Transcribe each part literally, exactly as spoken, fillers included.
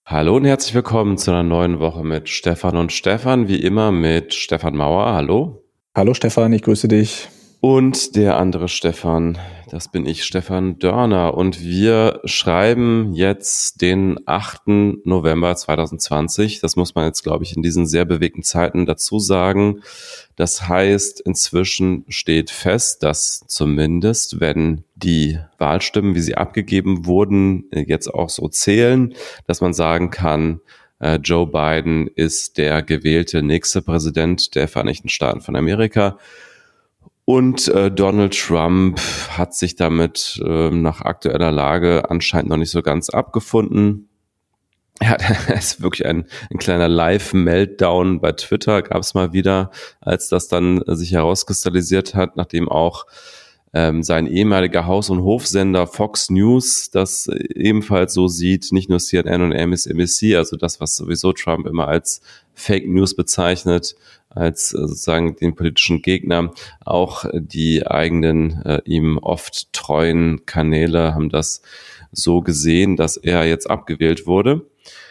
Hallo und herzlich willkommen zu einer neuen Woche mit Stefan und Stefan, wie immer mit Stefan Mauer. Hallo. Hallo Stefan, ich grüße dich. Und der andere Stefan, das bin ich, Stefan Dörner. Und wir schreiben jetzt den achten November zweitausendzwanzig. Das muss man jetzt, glaube ich, in diesen sehr bewegten Zeiten dazu sagen. Das heißt, inzwischen steht fest, dass zumindest, wenn die Wahlstimmen, wie sie abgegeben wurden, jetzt auch so zählen, dass man sagen kann, Joe Biden ist der gewählte nächste Präsident der Vereinigten Staaten von Amerika. Und äh, Donald Trump hat sich damit äh, nach aktueller Lage anscheinend noch nicht so ganz abgefunden. Ja, es ist wirklich ein, ein kleiner Live-Meltdown bei Twitter, gab es mal wieder, als das dann äh, sich herauskristallisiert hat, nachdem auch ähm, sein ehemaliger Haus- und Hofsender Fox News das ebenfalls so sieht, nicht nur C N N und M S N B C, also das, was sowieso Trump immer als Fake News bezeichnet, als äh, sozusagen den politischen Gegner. Auch die eigenen, äh, ihm oft treuen Kanäle haben das so gesehen, dass er jetzt abgewählt wurde.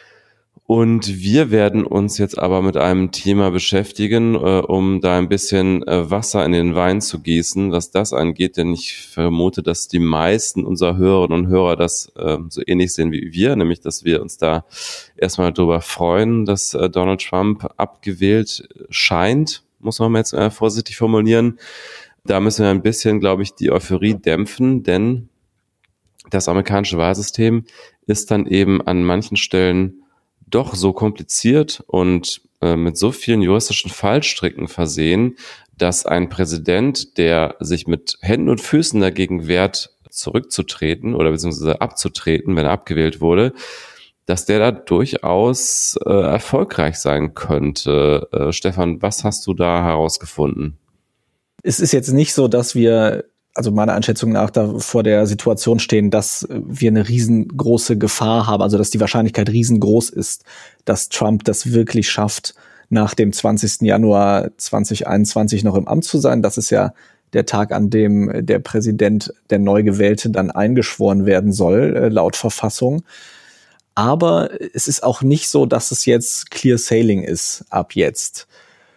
Und wir werden uns jetzt aber mit einem Thema beschäftigen, äh, um da ein bisschen äh, Wasser in den Wein zu gießen, was das angeht. Denn ich vermute, dass die meisten unserer Hörerinnen und Hörer das äh, so ähnlich sehen wie wir, nämlich dass wir uns da erstmal darüber freuen, dass äh, Donald Trump abgewählt scheint, muss man mal jetzt äh, vorsichtig formulieren. Da müssen wir ein bisschen, glaube ich, die Euphorie dämpfen, denn das amerikanische Wahlsystem ist dann eben an manchen Stellen doch so kompliziert und äh, mit so vielen juristischen Fallstricken versehen, dass ein Präsident, der sich mit Händen und Füßen dagegen wehrt, zurückzutreten oder beziehungsweise abzutreten, wenn er abgewählt wurde, dass der da durchaus äh, erfolgreich sein könnte. Äh, Stefan, was hast du da herausgefunden? Es ist jetzt nicht so, dass wir, also meiner Einschätzung nach, da vor der Situation stehen, dass wir eine riesengroße Gefahr haben, also dass die Wahrscheinlichkeit riesengroß ist, dass Trump das wirklich schafft, nach dem zwanzigsten Januar zweitausendeinundzwanzig noch im Amt zu sein. Das ist ja der Tag, an dem der Präsident, der neu gewählte, dann eingeschworen werden soll, laut Verfassung. Aber es ist auch nicht so, dass es jetzt clear sailing ist ab jetzt.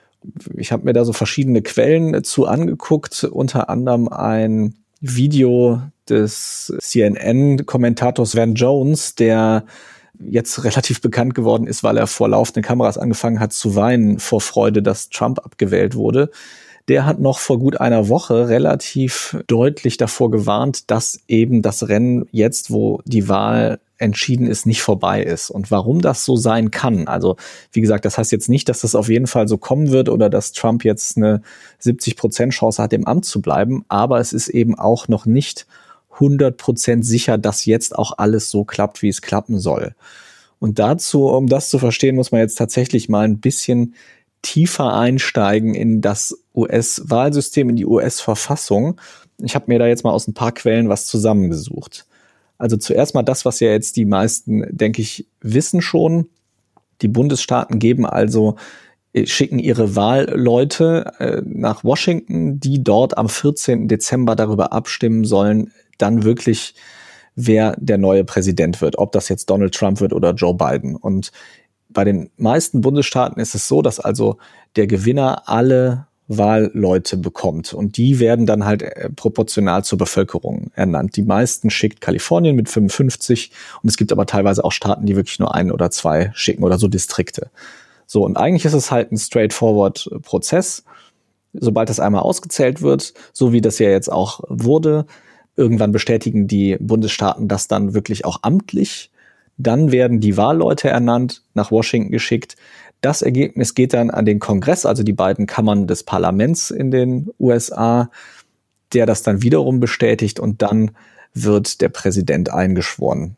Ich habe mir da so verschiedene Quellen zu angeguckt, unter anderem ein Video des C N N-Kommentators Van Jones, der jetzt relativ bekannt geworden ist, weil er vor laufenden Kameras angefangen hat zu weinen vor Freude, dass Trump abgewählt wurde. Der hat noch vor gut einer Woche relativ deutlich davor gewarnt, dass eben das Rennen jetzt, wo die Wahl entschieden ist, nicht vorbei ist. Und warum das so sein kann, also wie gesagt, das heißt jetzt nicht, dass das auf jeden Fall so kommen wird oder dass Trump jetzt eine siebzig Prozent Chance hat, im Amt zu bleiben, aber es ist eben auch noch nicht hundert Prozent sicher, dass jetzt auch alles so klappt, wie es klappen soll. Und dazu, um das zu verstehen, muss man jetzt tatsächlich mal ein bisschen tiefer einsteigen in das U S-Wahlsystem, in die U S-Verfassung. Ich habe mir da jetzt mal aus ein paar Quellen was zusammengesucht. Also zuerst mal das, was ja jetzt die meisten, denke ich, wissen schon. Die Bundesstaaten geben also, schicken ihre Wahlleute äh, nach Washington, die dort am vierzehnten Dezember darüber abstimmen sollen, dann wirklich, wer der neue Präsident wird, ob das jetzt Donald Trump wird oder Joe Biden. Und bei den meisten Bundesstaaten ist es so, dass also der Gewinner alle Wahlleute bekommt. Und die werden dann halt äh, proportional zur Bevölkerung ernannt. Die meisten schickt Kalifornien mit fünfundfünfzig und es gibt aber teilweise auch Staaten, die wirklich nur ein oder zwei schicken oder so Distrikte. So, und eigentlich ist es halt ein straightforward Prozess. Sobald das einmal ausgezählt wird, so wie das ja jetzt auch wurde, irgendwann bestätigen die Bundesstaaten das dann wirklich auch amtlich. Dann werden die Wahlleute ernannt, nach Washington geschickt. Das Ergebnis geht dann an den Kongress, also die beiden Kammern des Parlaments in den U S A, der das dann wiederum bestätigt und dann wird der Präsident eingeschworen.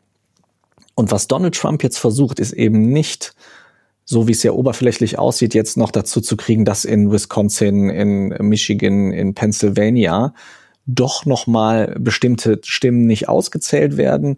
Und was Donald Trump jetzt versucht, ist eben nicht, so wie es ja oberflächlich aussieht, jetzt noch dazu zu kriegen, dass in Wisconsin, in Michigan, in Pennsylvania doch nochmal bestimmte Stimmen nicht ausgezählt werden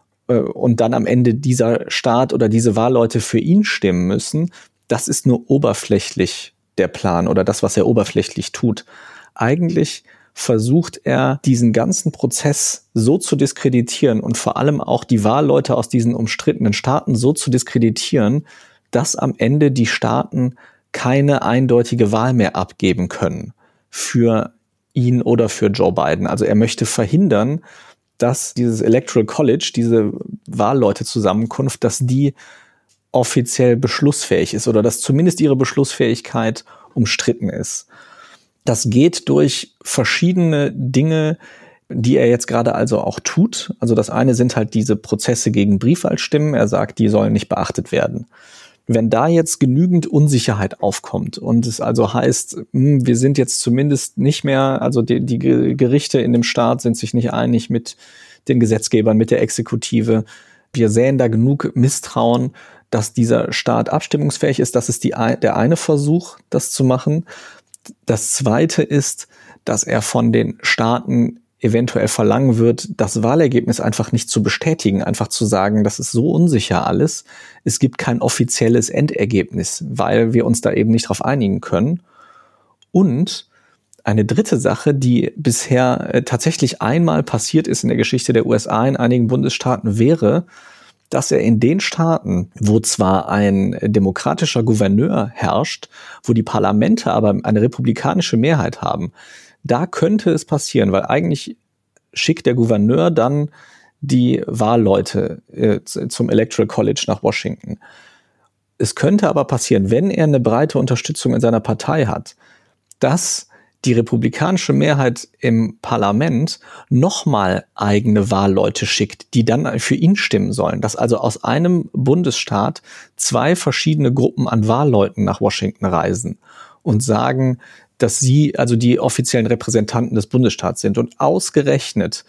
und dann am Ende dieser Staat oder diese Wahlleute für ihn stimmen müssen. Das ist nur oberflächlich der Plan oder das, was er oberflächlich tut. Eigentlich versucht er, diesen ganzen Prozess so zu diskreditieren und vor allem auch die Wahlleute aus diesen umstrittenen Staaten so zu diskreditieren, dass am Ende die Staaten keine eindeutige Wahl mehr abgeben können für ihn oder für Joe Biden. Also er möchte verhindern, dass dieses Electoral College, diese Wahlleute-Zusammenkunft, dass die offiziell beschlussfähig ist oder dass zumindest ihre Beschlussfähigkeit umstritten ist. Das geht durch verschiedene Dinge, die er jetzt gerade also auch tut. Also das eine sind halt diese Prozesse gegen Briefwahlstimmen. Er sagt, die sollen nicht beachtet werden. Wenn da jetzt genügend Unsicherheit aufkommt und es also heißt, mh, wir sind jetzt zumindest nicht mehr, also die, die Gerichte in dem Staat sind sich nicht einig mit den Gesetzgebern, mit der Exekutive. Wir säen da genug Misstrauen, dass dieser Staat abstimmungsfähig ist. Das ist die, der eine Versuch, das zu machen. Das zweite ist, dass er von den Staaten eventuell verlangen wird, das Wahlergebnis einfach nicht zu bestätigen, einfach zu sagen, das ist so unsicher alles, es gibt kein offizielles Endergebnis, weil wir uns da eben nicht drauf einigen können. Und eine dritte Sache, die bisher äh, tatsächlich einmal passiert ist in der Geschichte der U S A in einigen Bundesstaaten, wäre, dass er in den Staaten, wo zwar ein demokratischer Gouverneur herrscht, wo die Parlamente aber eine republikanische Mehrheit haben, da könnte es passieren, weil eigentlich schickt der Gouverneur dann die Wahlleute äh, zum Electoral College nach Washington. Es könnte aber passieren, wenn er eine breite Unterstützung in seiner Partei hat, dass die republikanische Mehrheit im Parlament nochmal eigene Wahlleute schickt, die dann für ihn stimmen sollen. Dass also aus einem Bundesstaat zwei verschiedene Gruppen an Wahlleuten nach Washington reisen und sagen, dass sie also die offiziellen Repräsentanten des Bundesstaats sind. Und ausgerechnet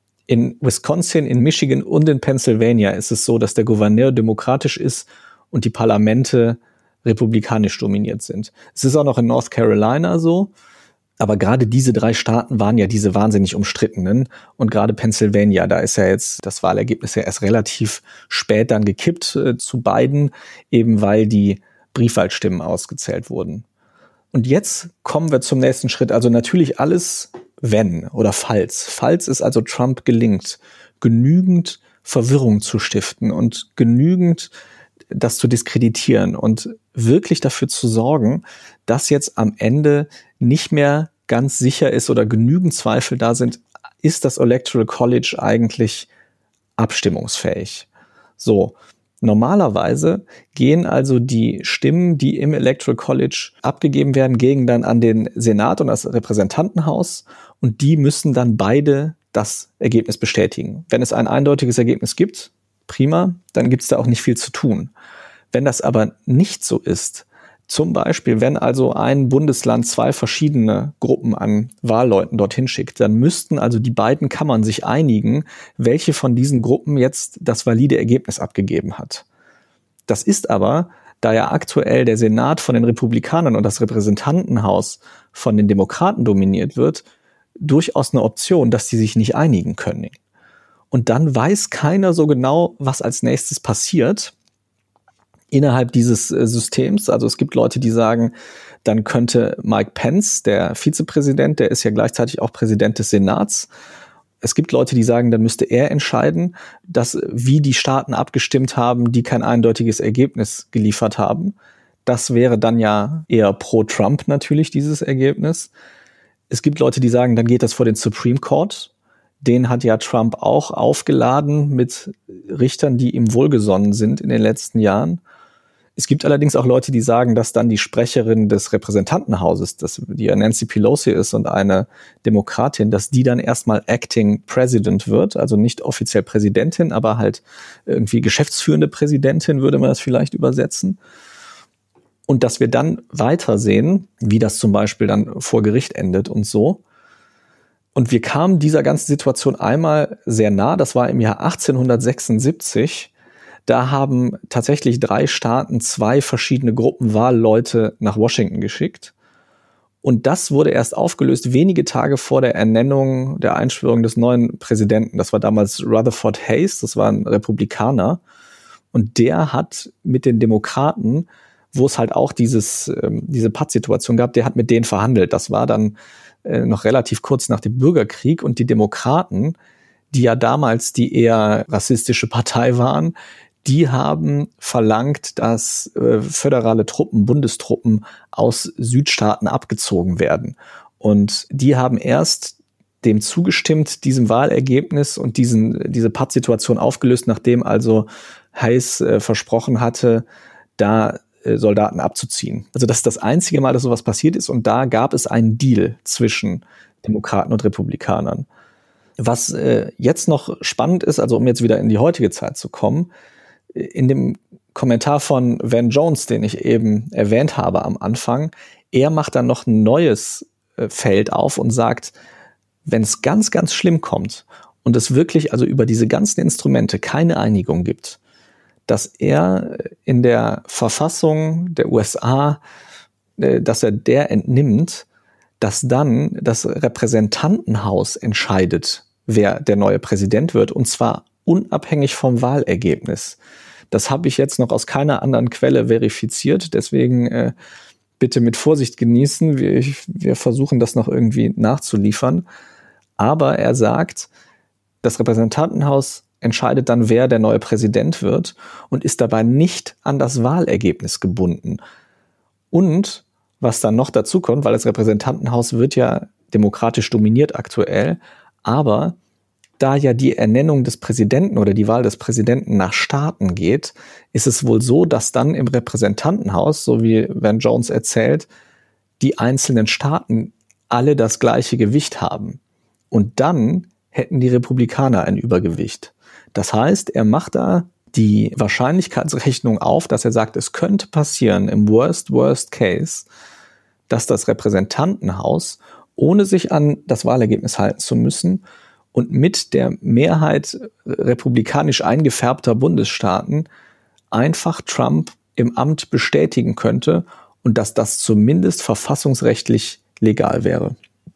in Wisconsin, in Michigan und in Pennsylvania ist es so, dass der Gouverneur demokratisch ist und die Parlamente republikanisch dominiert sind. Es ist auch noch in North Carolina so, aber gerade diese drei Staaten waren ja diese wahnsinnig umstrittenen und gerade Pennsylvania, da ist ja jetzt das Wahlergebnis ja erst relativ spät dann gekippt äh, zu Biden, eben weil die Briefwahlstimmen ausgezählt wurden. Und jetzt kommen wir zum nächsten Schritt. Also natürlich alles wenn oder falls. Falls es also Trump gelingt, genügend Verwirrung zu stiften und genügend das zu diskreditieren und wirklich dafür zu sorgen, dass jetzt am Ende nicht mehr ganz sicher ist oder genügend Zweifel da sind, ist das Electoral College eigentlich abstimmungsfähig. So. Normalerweise gehen also die Stimmen, die im Electoral College abgegeben werden, gehen dann an den Senat und das Repräsentantenhaus und die müssen dann beide das Ergebnis bestätigen. Wenn es ein eindeutiges Ergebnis gibt, prima, dann gibt es da auch nicht viel zu tun. Wenn das aber nicht so ist, zum Beispiel, wenn also ein Bundesland zwei verschiedene Gruppen an Wahlleuten dorthin schickt, dann müssten also die beiden Kammern sich einigen, welche von diesen Gruppen jetzt das valide Ergebnis abgegeben hat. Das ist aber, da ja aktuell der Senat von den Republikanern und das Repräsentantenhaus von den Demokraten dominiert wird, durchaus eine Option, dass die sich nicht einigen können. Und dann weiß keiner so genau, was als nächstes passiert innerhalb dieses äh, Systems. Also es gibt Leute, die sagen, dann könnte Mike Pence, der Vizepräsident, der ist ja gleichzeitig auch Präsident des Senats. Es gibt Leute, die sagen, dann müsste er entscheiden, dass wie die Staaten abgestimmt haben, die kein eindeutiges Ergebnis geliefert haben. Das wäre dann ja eher pro Trump natürlich, dieses Ergebnis. Es gibt Leute, die sagen, dann geht das vor den Supreme Court. Den hat ja Trump auch aufgeladen mit Richtern, die ihm wohlgesonnen sind in den letzten Jahren. Es gibt allerdings auch Leute, die sagen, dass dann die Sprecherin des Repräsentantenhauses, das, die ja Nancy Pelosi ist und eine Demokratin, dass die dann erstmal Acting President wird, also nicht offiziell Präsidentin, aber halt irgendwie geschäftsführende Präsidentin, würde man das vielleicht übersetzen. Und dass wir dann weitersehen, wie das zum Beispiel dann vor Gericht endet und so. Und wir kamen dieser ganzen Situation einmal sehr nah, das war im Jahr achtzehnhundertsechsundsiebzig. Da haben tatsächlich drei Staaten zwei verschiedene Gruppen Wahlleute nach Washington geschickt. Und das wurde erst aufgelöst wenige Tage vor der Ernennung, der Einschwörung des neuen Präsidenten. Das war damals Rutherford Hayes, das war ein Republikaner. Und der hat mit den Demokraten wo es halt auch dieses, ähm, diese Pattsituation gab, der hat mit denen verhandelt. Das war dann äh, noch relativ kurz nach dem Bürgerkrieg und die Demokraten, die ja damals die eher rassistische Partei waren, die haben verlangt, dass äh, föderale Truppen, Bundestruppen aus Südstaaten abgezogen werden. Und die haben erst dem zugestimmt, diesem Wahlergebnis und diesen, diese Pattsituation aufgelöst, nachdem also Hayes äh, versprochen hatte, da äh, Soldaten abzuziehen. Also das ist das einzige Mal, dass sowas passiert ist und da gab es einen Deal zwischen Demokraten und Republikanern. Was äh, jetzt noch spannend ist, also um jetzt wieder in die heutige Zeit zu kommen, in dem Kommentar von Van Jones, den ich eben erwähnt habe am Anfang, er macht dann noch ein neues äh, Feld auf und sagt, wenn es ganz, ganz schlimm kommt und es wirklich also über diese ganzen Instrumente keine Einigung gibt, dass er in der Verfassung der U S A, äh, dass er der entnimmt, dass dann das Repräsentantenhaus entscheidet, wer der neue Präsident wird, und zwar unabhängig vom Wahlergebnis. Das habe ich jetzt noch aus keiner anderen Quelle verifiziert, deswegen äh, bitte mit Vorsicht genießen. Wir, wir versuchen das noch irgendwie nachzuliefern. Aber er sagt, das Repräsentantenhaus entscheidet dann, wer der neue Präsident wird und ist dabei nicht an das Wahlergebnis gebunden. Und was dann noch dazu kommt, weil das Repräsentantenhaus wird ja demokratisch dominiert aktuell, aber da ja die Ernennung des Präsidenten oder die Wahl des Präsidenten nach Staaten geht, ist es wohl so, dass dann im Repräsentantenhaus, so wie Van Jones erzählt, die einzelnen Staaten alle das gleiche Gewicht haben. Und dann hätten die Republikaner ein Übergewicht. Das heißt, er macht da die Wahrscheinlichkeitsrechnung auf, dass er sagt, es könnte passieren im Worst, Worst Case, dass das Repräsentantenhaus, ohne sich an das Wahlergebnis halten zu müssen und mit der Mehrheit republikanisch eingefärbter Bundesstaaten einfach Trump im Amt bestätigen könnte und dass das zumindest verfassungsrechtlich legal wäre.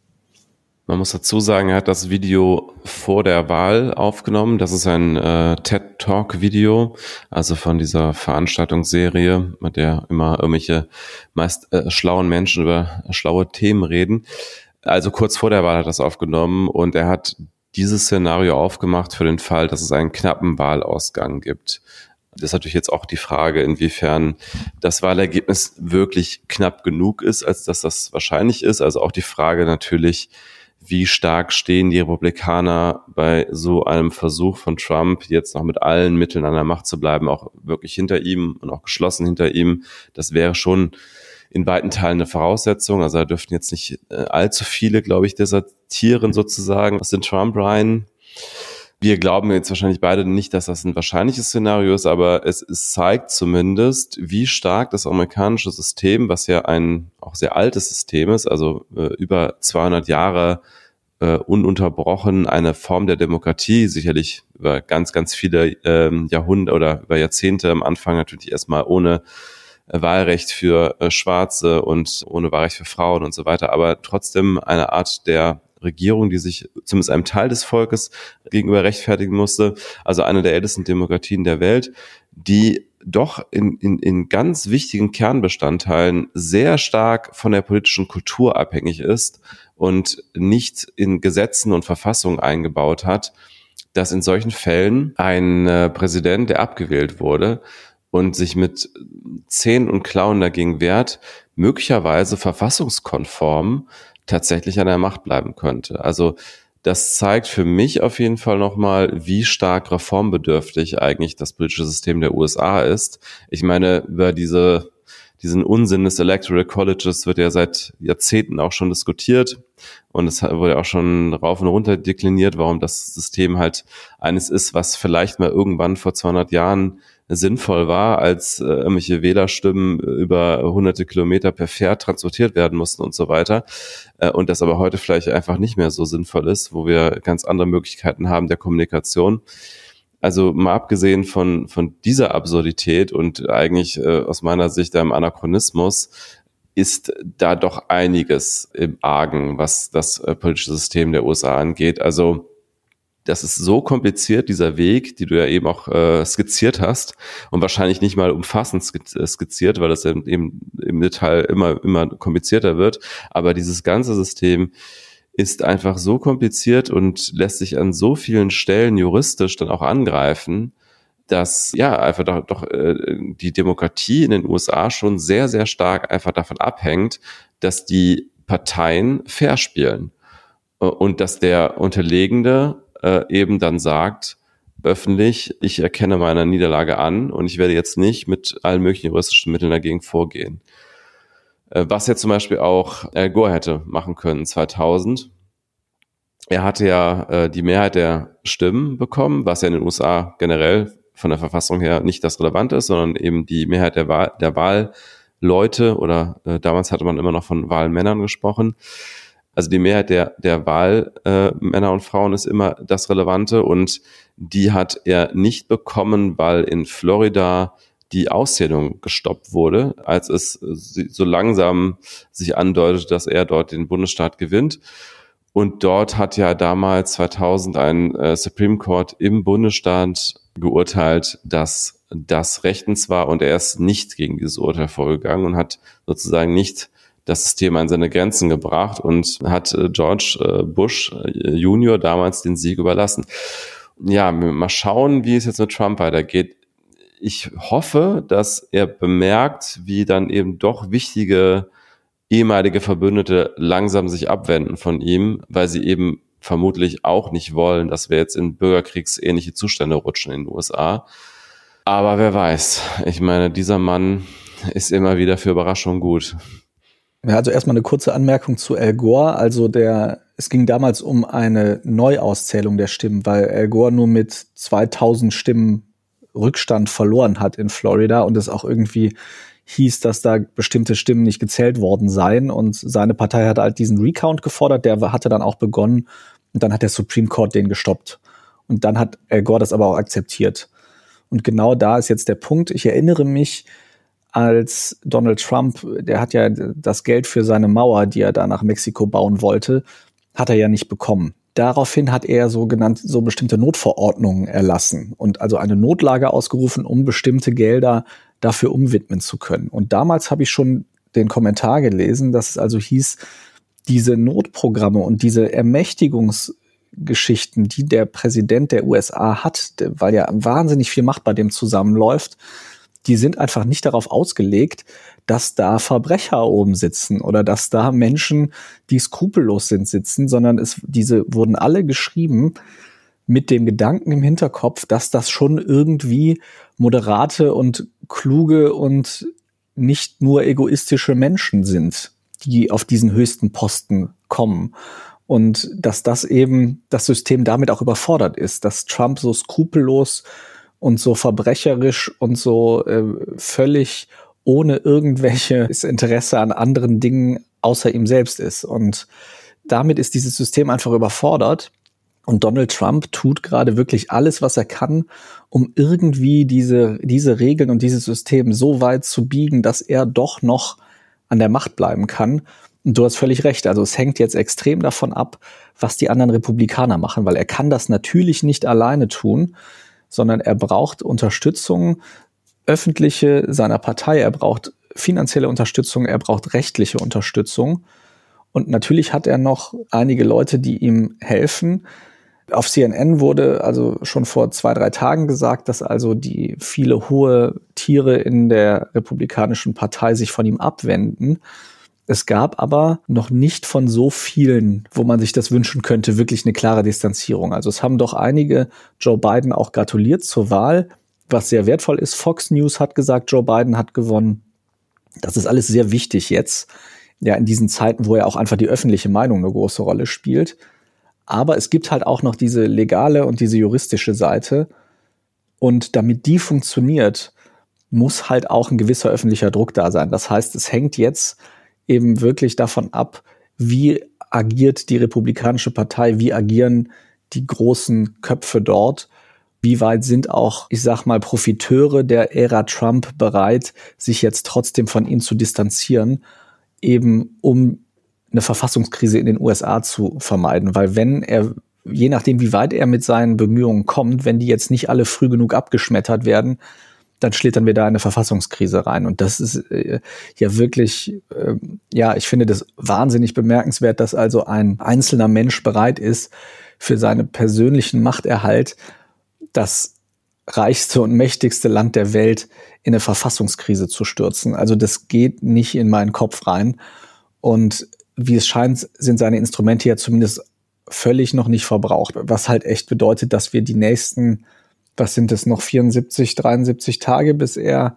Man muss dazu sagen, er hat das Video vor der Wahl aufgenommen. Das ist ein äh, TED-Talk-Video, also von dieser Veranstaltungsserie, mit der immer irgendwelche meist äh, schlauen Menschen über schlaue Themen reden. Also kurz vor der Wahl hat er das aufgenommen und er hat dieses Szenario aufgemacht für den Fall, dass es einen knappen Wahlausgang gibt. Das ist natürlich jetzt auch die Frage, inwiefern das Wahlergebnis wirklich knapp genug ist, als dass das wahrscheinlich ist. Also auch die Frage natürlich, wie stark stehen die Republikaner bei so einem Versuch von Trump, jetzt noch mit allen Mitteln an der Macht zu bleiben, auch wirklich hinter ihm und auch geschlossen hinter ihm. Das wäre schon in weiten Teilen eine Voraussetzung. Also da dürften jetzt nicht allzu viele, glaube ich, desertieren sozusagen aus den Trump rein. Wir glauben jetzt wahrscheinlich beide nicht, dass das ein wahrscheinliches Szenario ist, aber es, es zeigt zumindest, wie stark das amerikanische System, was ja ein auch sehr altes System ist, also äh, über zweihundert Jahre äh, ununterbrochen eine Form der Demokratie, sicherlich über ganz, ganz viele ähm, Jahrhunderte oder über Jahrzehnte, am Anfang natürlich erstmal ohne äh, Wahlrecht für äh, Schwarze und ohne Wahlrecht für Frauen und so weiter, aber trotzdem eine Art der Regierung, die sich zumindest einem Teil des Volkes gegenüber rechtfertigen musste, also eine der ältesten Demokratien der Welt, die doch in, in, in ganz wichtigen Kernbestandteilen sehr stark von der politischen Kultur abhängig ist und nicht in Gesetzen und Verfassungen eingebaut hat, dass in solchen Fällen ein äh, Präsident, der abgewählt wurde und sich mit Zähnen und Klauen dagegen wehrt, möglicherweise verfassungskonform tatsächlich an der Macht bleiben könnte. Also das zeigt für mich auf jeden Fall nochmal, wie stark reformbedürftig eigentlich das politische System der U S A ist. Ich meine, über diese, diesen Unsinn des Electoral Colleges wird ja seit Jahrzehnten auch schon diskutiert und es wurde auch schon rauf und runter dekliniert, warum das System halt eines ist, was vielleicht mal irgendwann vor zweihundert Jahren sinnvoll war, als äh, irgendwelche Wählerstimmen über hunderte Kilometer per Pferd transportiert werden mussten und so weiter. Äh, und das aber heute vielleicht einfach nicht mehr so sinnvoll ist, wo wir ganz andere Möglichkeiten haben der Kommunikation. Also mal abgesehen von von dieser Absurdität und eigentlich äh, aus meiner Sicht einem Anachronismus, ist da doch einiges im Argen, was das äh, politische System der U S A angeht. Also das ist so kompliziert, dieser Weg, die du ja eben auch äh, skizziert hast und wahrscheinlich nicht mal umfassend skizziert, weil das eben im Detail immer, immer komplizierter wird. Aber dieses ganze System ist einfach so kompliziert und lässt sich an so vielen Stellen juristisch dann auch angreifen, dass ja einfach doch, doch äh, die Demokratie in den U S A schon sehr, sehr stark einfach davon abhängt, dass die Parteien fair spielen äh, und dass der Unterlegene äh, eben dann sagt, öffentlich, ich erkenne meine Niederlage an und ich werde jetzt nicht mit allen möglichen juristischen Mitteln dagegen vorgehen. Äh, was jetzt zum Beispiel auch Al Gore hätte machen können zweitausend. Er hatte ja äh, die Mehrheit der Stimmen bekommen, was ja in den U S A generell von der Verfassung her nicht das Relevante ist, sondern eben die Mehrheit der Wahl, der Wahlleute oder äh, damals hatte man immer noch von Wahlmännern gesprochen. Also die Mehrheit der, der Wahlmänner äh, und Frauen ist immer das Relevante und die hat er nicht bekommen, weil in Florida die Auszählung gestoppt wurde, als es so langsam sich andeutet, dass er dort den Bundesstaat gewinnt. Und dort hat ja damals zweitausend ein äh, Supreme Court im Bundesstaat geurteilt, dass das rechtens war und er ist nicht gegen dieses Urteil vorgegangen und hat sozusagen nicht das System an seine Grenzen gebracht und hat äh, George äh, Bush äh, Junior damals den Sieg überlassen. Ja, mal schauen, wie es jetzt mit Trump weitergeht. Ich hoffe, dass er bemerkt, wie dann eben doch wichtige ehemalige Verbündete langsam sich abwenden von ihm, weil sie eben vermutlich auch nicht wollen, dass wir jetzt in bürgerkriegsähnliche Zustände rutschen in den U S A. Aber wer weiß. Ich meine, dieser Mann ist immer wieder für Überraschungen gut. Ja, also erstmal eine kurze Anmerkung zu Al Gore. Also der, es ging damals um eine Neuauszählung der Stimmen, weil Al Gore nur mit zweitausend Stimmen Rückstand verloren hat in Florida und es auch irgendwie hieß, dass da bestimmte Stimmen nicht gezählt worden seien und seine Partei hat halt diesen Recount gefordert, der hatte dann auch begonnen und dann hat der Supreme Court den gestoppt. Und dann hat Al Gore das aber auch akzeptiert. Und genau da ist jetzt der Punkt. Ich erinnere mich, als Donald Trump, der hat ja das Geld für seine Mauer, die er da nach Mexiko bauen wollte, hat er ja nicht bekommen. Daraufhin hat er sogenannt so bestimmte Notverordnungen erlassen und also eine Notlage ausgerufen, um bestimmte Gelder dafür umwidmen zu können. Und damals habe ich schon den Kommentar gelesen, dass es also hieß, diese Notprogramme und diese Ermächtigungsgeschichten, die der Präsident der U S A hat, weil ja wahnsinnig viel Macht bei dem zusammenläuft, die sind einfach nicht darauf ausgelegt, dass da Verbrecher oben sitzen oder dass da Menschen, die skrupellos sind, sitzen, sondern es, diese wurden alle geschrieben mit dem Gedanken im Hinterkopf, dass das schon irgendwie moderate und kluge und nicht nur egoistische Menschen sind, die auf diesen höchsten Posten kommen. Und dass das eben das System damit auch überfordert ist, dass Trump so skrupellos und so verbrecherisch und so äh, völlig ohne irgendwelches Interesse an anderen Dingen außer ihm selbst ist. Und damit ist dieses System einfach überfordert. Und Donald Trump tut gerade wirklich alles, was er kann, um irgendwie diese, diese Regeln und dieses System so weit zu biegen, dass er doch noch an der Macht bleiben kann. Und du hast völlig recht. Also es hängt jetzt extrem davon ab, was die anderen Republikaner machen, weil er kann das natürlich nicht alleine tun, sondern er braucht Unterstützung, öffentliche seiner Partei, er braucht finanzielle Unterstützung, er braucht rechtliche Unterstützung. Und natürlich hat er noch einige Leute, die ihm helfen. Auf C N N wurde also schon vor zwei, drei Tagen gesagt, dass also die viele hohe Tiere in der Republikanischen Partei sich von ihm abwenden. Es gab aber noch nicht von so vielen, wo man sich das wünschen könnte, wirklich eine klare Distanzierung. Also es haben doch einige Joe Biden auch gratuliert zur Wahl, was sehr wertvoll ist. Fox News hat gesagt, Joe Biden hat gewonnen. Das ist alles sehr wichtig jetzt, ja, in diesen Zeiten, wo ja auch einfach die öffentliche Meinung eine große Rolle spielt. Aber es gibt halt auch noch diese legale und diese juristische Seite. Und damit die funktioniert, muss halt auch ein gewisser öffentlicher Druck da sein. Das heißt, es hängt jetzt eben wirklich davon ab, wie agiert die Republikanische Partei, wie agieren die großen Köpfe dort, wie weit sind auch, ich sag mal, Profiteure der Ära Trump bereit, sich jetzt trotzdem von ihm zu distanzieren, eben um eine Verfassungskrise in den U S A zu vermeiden. Weil wenn er je nachdem, wie weit er mit seinen Bemühungen kommt, wenn die jetzt nicht alle früh genug abgeschmettert werden, dann schlittern wir da in eine Verfassungskrise rein. Und das ist äh, ja wirklich, äh, ja, ich finde das wahnsinnig bemerkenswert, dass also ein einzelner Mensch bereit ist, für seinen persönlichen Machterhalt das reichste und mächtigste Land der Welt in eine Verfassungskrise zu stürzen. Also das geht nicht in meinen Kopf rein. Und wie es scheint, sind seine Instrumente ja zumindest völlig noch nicht verbraucht. Was halt echt bedeutet, dass wir die nächsten, was sind es noch, vierundsiebzig, dreiundsiebzig Tage, bis er,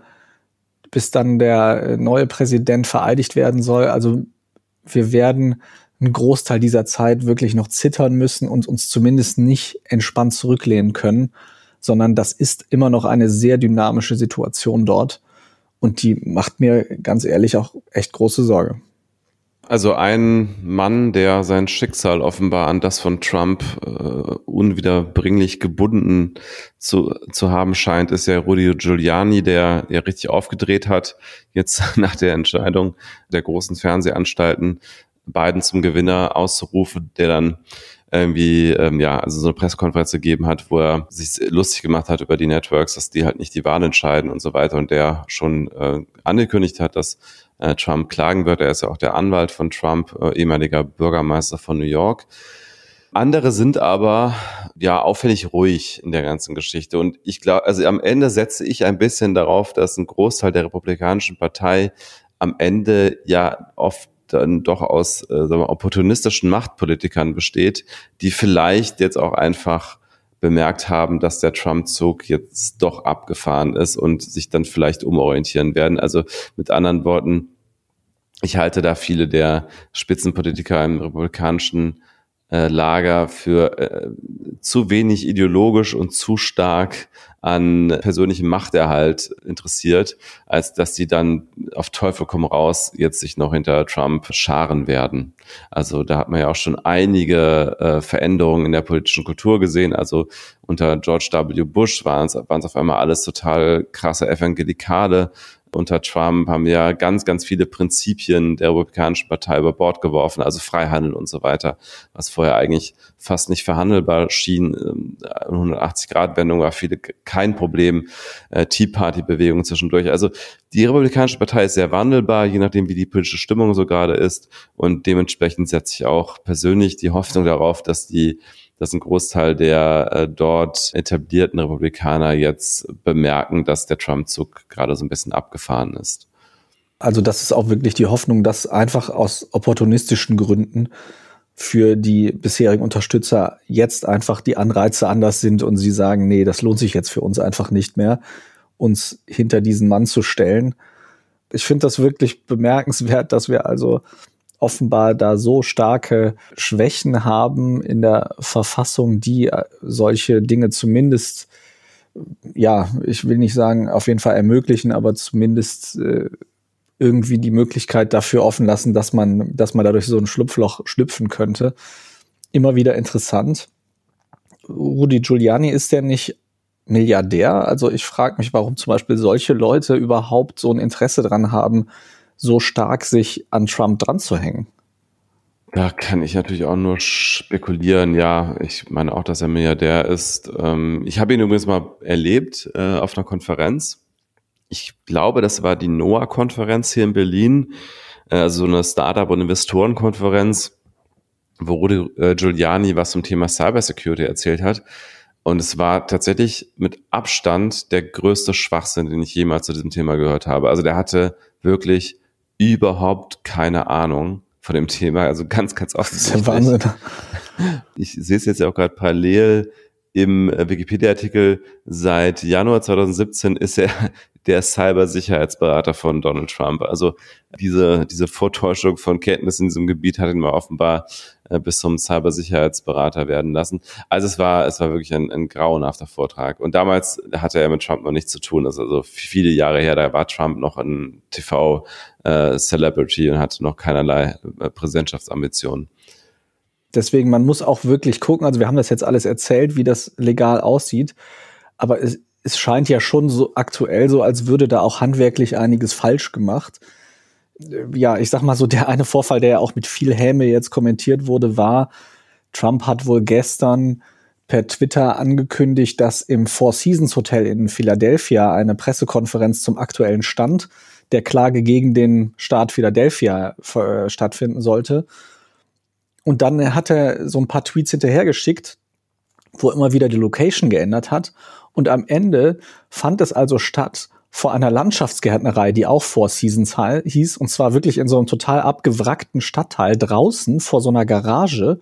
bis dann der neue Präsident vereidigt werden soll. Also wir werden einen Großteil dieser Zeit wirklich noch zittern müssen und uns zumindest nicht entspannt zurücklehnen können, sondern das ist immer noch eine sehr dynamische Situation dort. Und die macht mir ganz ehrlich auch echt große Sorge. Also ein Mann, der sein Schicksal offenbar an das von Trump äh, unwiederbringlich gebunden zu, zu haben scheint, ist ja Rudy Giuliani, der ja richtig aufgedreht hat, jetzt nach der Entscheidung der großen Fernsehanstalten, Biden zum Gewinner auszurufen, der dann irgendwie, ähm, ja, also so eine Pressekonferenz gegeben hat, wo er sich lustig gemacht hat über die Networks, dass die halt nicht die Wahl entscheiden und so weiter, und der schon äh, angekündigt hat, dass äh, Trump klagen wird. Er ist ja auch der Anwalt von Trump, äh, ehemaliger Bürgermeister von New York. Andere sind aber ja auffällig ruhig in der ganzen Geschichte, und ich glaube, also am Ende setze ich ein bisschen darauf, dass ein Großteil der Republikanischen Partei am Ende ja oft dann doch aus äh, sagen wir, opportunistischen Machtpolitikern besteht, die vielleicht jetzt auch einfach bemerkt haben, dass der Trump-Zug jetzt doch abgefahren ist und sich dann vielleicht umorientieren werden. Also mit anderen Worten, ich halte da viele der Spitzenpolitiker im republikanischen äh, Lager für äh, zu wenig ideologisch und zu stark an persönlichem Machterhalt interessiert, als dass die dann auf Teufel komm raus jetzt sich noch hinter Trump scharen werden. Also da hat man ja auch schon einige äh, Veränderungen in der politischen Kultur gesehen. Also unter George W. Bush waren es waren es auf einmal alles total krasse Evangelikale. Unter Trump haben ja ganz, ganz viele Prinzipien der Republikanischen Partei über Bord geworfen, also Freihandel und so weiter, was vorher eigentlich fast nicht verhandelbar schien. hundertachtzig-Grad-Wendung war viele kein Problem. Tea Party-Bewegung zwischendurch. Also die Republikanische Partei ist sehr wandelbar, je nachdem, wie die politische Stimmung so gerade ist. Und dementsprechend setze ich auch persönlich die Hoffnung darauf, dass die dass ein Großteil der äh, dort etablierten Republikaner jetzt bemerken, dass der Trump-Zug gerade so ein bisschen abgefahren ist. Also das ist auch wirklich die Hoffnung, dass einfach aus opportunistischen Gründen für die bisherigen Unterstützer jetzt einfach die Anreize anders sind und sie sagen, nee, das lohnt sich jetzt für uns einfach nicht mehr, uns hinter diesen Mann zu stellen. Ich finde das wirklich bemerkenswert, dass wir also offenbar da so starke Schwächen haben in der Verfassung, die solche Dinge zumindest, ja, ich will nicht sagen, auf jeden Fall ermöglichen, aber zumindest äh, irgendwie die Möglichkeit dafür offen lassen, dass man, dass man dadurch so ein Schlupfloch schlüpfen könnte. Immer wieder interessant. Rudy Giuliani ist ja nicht Milliardär. Also ich frage mich, warum zum Beispiel solche Leute überhaupt so ein Interesse dran haben, so stark sich an Trump dran zu hängen. Da kann ich natürlich auch nur spekulieren. Ja, ich meine auch, dass er Milliardär ist. Ich habe ihn übrigens mal erlebt auf einer Konferenz. Ich glaube, das war die NOAA-Konferenz hier in Berlin, also so eine Startup- und Investorenkonferenz, wo Rudy Giuliani was zum Thema Cybersecurity erzählt hat. Und es war tatsächlich mit Abstand der größte Schwachsinn, den ich jemals zu diesem Thema gehört habe. Also der hatte wirklich überhaupt keine Ahnung von dem Thema, also ganz, ganz offensichtlich. Das ist ja Wahnsinn. Ich sehe es jetzt ja auch gerade parallel im Wikipedia-Artikel. Seit Januar zweitausendsiebzehn ist er der Cybersicherheitsberater von Donald Trump. Also diese diese Vortäuschung von Kenntnissen in diesem Gebiet hat ihn mal offenbar äh, bis zum Cybersicherheitsberater werden lassen. Also es war es war wirklich ein, ein grauenhafter Vortrag. Und damals hatte er mit Trump noch nichts zu tun. Das ist also viele Jahre her. Da war Trump noch ein T V-Celebrity äh, und hatte noch keinerlei äh, Präsidentschaftsambitionen. Deswegen, man muss auch wirklich gucken, also wir haben das jetzt alles erzählt, wie das legal aussieht, aber es, es scheint ja schon so aktuell so, als würde da auch handwerklich einiges falsch gemacht. Ja, ich sag mal so, der eine Vorfall, der ja auch mit viel Häme jetzt kommentiert wurde, war, Trump hat wohl gestern per Twitter angekündigt, dass im Four Seasons Hotel in Philadelphia eine Pressekonferenz zum aktuellen Stand der Klage gegen den Staat Philadelphia äh, stattfinden sollte. Und dann hat er so ein paar Tweets hinterhergeschickt, wo er immer wieder die Location geändert hat. Und am Ende fand es also statt vor einer Landschaftsgärtnerei, die auch Four Seasons hieß, und zwar wirklich in so einem total abgewrackten Stadtteil draußen vor so einer Garage.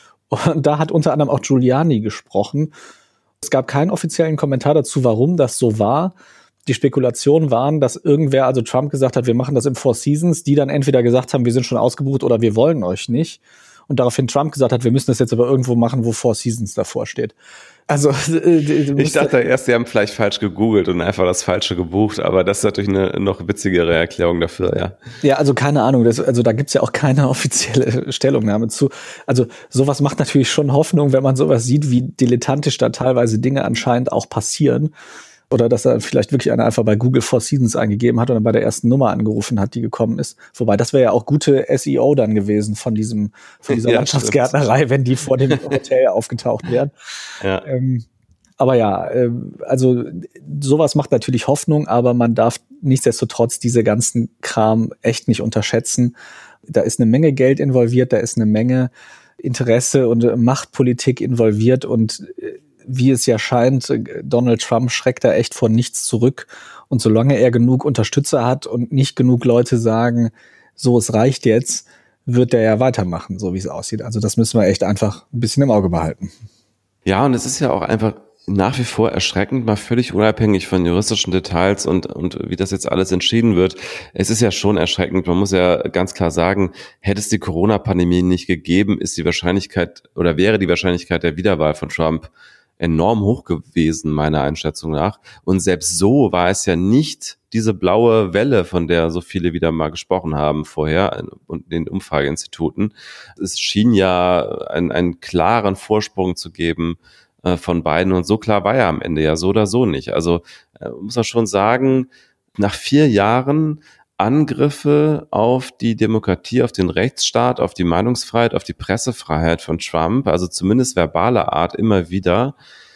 Und da hat unter anderem auch Giuliani gesprochen. Es gab keinen offiziellen Kommentar dazu, warum das so war. Die Spekulationen waren, dass irgendwer, also Trump gesagt hat, wir machen das im Four Seasons, die dann entweder gesagt haben, wir sind schon ausgebucht oder wir wollen euch nicht. Und daraufhin Trump gesagt hat, wir müssen das jetzt aber irgendwo machen, wo Four Seasons davor steht. Also ich dachte erst, sie haben vielleicht falsch gegoogelt und einfach das Falsche gebucht, aber das ist natürlich eine noch witzigere Erklärung dafür, ja. Ja, also keine Ahnung, das, also da gibt's ja auch keine offizielle Stellungnahme zu. Also sowas macht natürlich schon Hoffnung, wenn man sowas sieht, wie dilettantisch da teilweise Dinge anscheinend auch passieren. Oder dass er vielleicht wirklich einer einfach bei Google Four Seasons eingegeben hat und dann bei der ersten Nummer angerufen hat, die gekommen ist. Wobei, das wäre ja auch gute S E O dann gewesen von diesem, von dieser ja, Landschaftsgärtnerei, wenn die vor dem Hotel aufgetaucht wären. Ja. Ähm, aber ja, äh, also sowas macht natürlich Hoffnung, aber man darf nichtsdestotrotz diese ganzen Kram echt nicht unterschätzen. Da ist eine Menge Geld involviert, da ist eine Menge Interesse und Machtpolitik involviert und äh, wie es ja scheint, Donald Trump schreckt da echt vor nichts zurück. Und solange er genug Unterstützer hat und nicht genug Leute sagen, so, es reicht jetzt, wird er ja weitermachen, so wie es aussieht. Also das müssen wir echt einfach ein bisschen im Auge behalten. Ja, und es ist ja auch einfach nach wie vor erschreckend, mal völlig unabhängig von juristischen Details und, und wie das jetzt alles entschieden wird. Es ist ja schon erschreckend. Man muss ja ganz klar sagen, hätte es die Corona-Pandemie nicht gegeben, ist die Wahrscheinlichkeit oder wäre die Wahrscheinlichkeit der Wiederwahl von Trump enorm hoch gewesen, meiner Einschätzung nach. Und selbst so war es ja nicht diese blaue Welle, von der so viele wieder mal gesprochen haben vorher und in den Umfrageinstituten. Es schien ja einen, einen klaren Vorsprung zu geben äh, von beiden und so klar war er am Ende ja so oder so nicht. Also äh, muss man schon sagen, nach vier Jahren Angriffe auf die Demokratie, auf den Rechtsstaat, auf die Meinungsfreiheit, auf die Pressefreiheit von Trump, also zumindest verbaler Art immer wieder,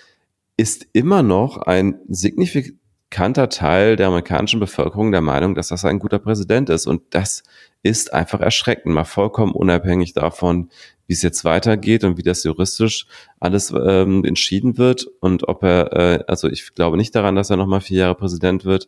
ist immer noch ein signifikanter Teil der amerikanischen Bevölkerung der Meinung, dass das ein guter Präsident ist. Und das ist einfach erschreckend, mal vollkommen unabhängig davon, wie es jetzt weitergeht und wie das juristisch alles ähm, entschieden wird und ob er, äh, also ich glaube nicht daran, dass er nochmal vier Jahre Präsident wird,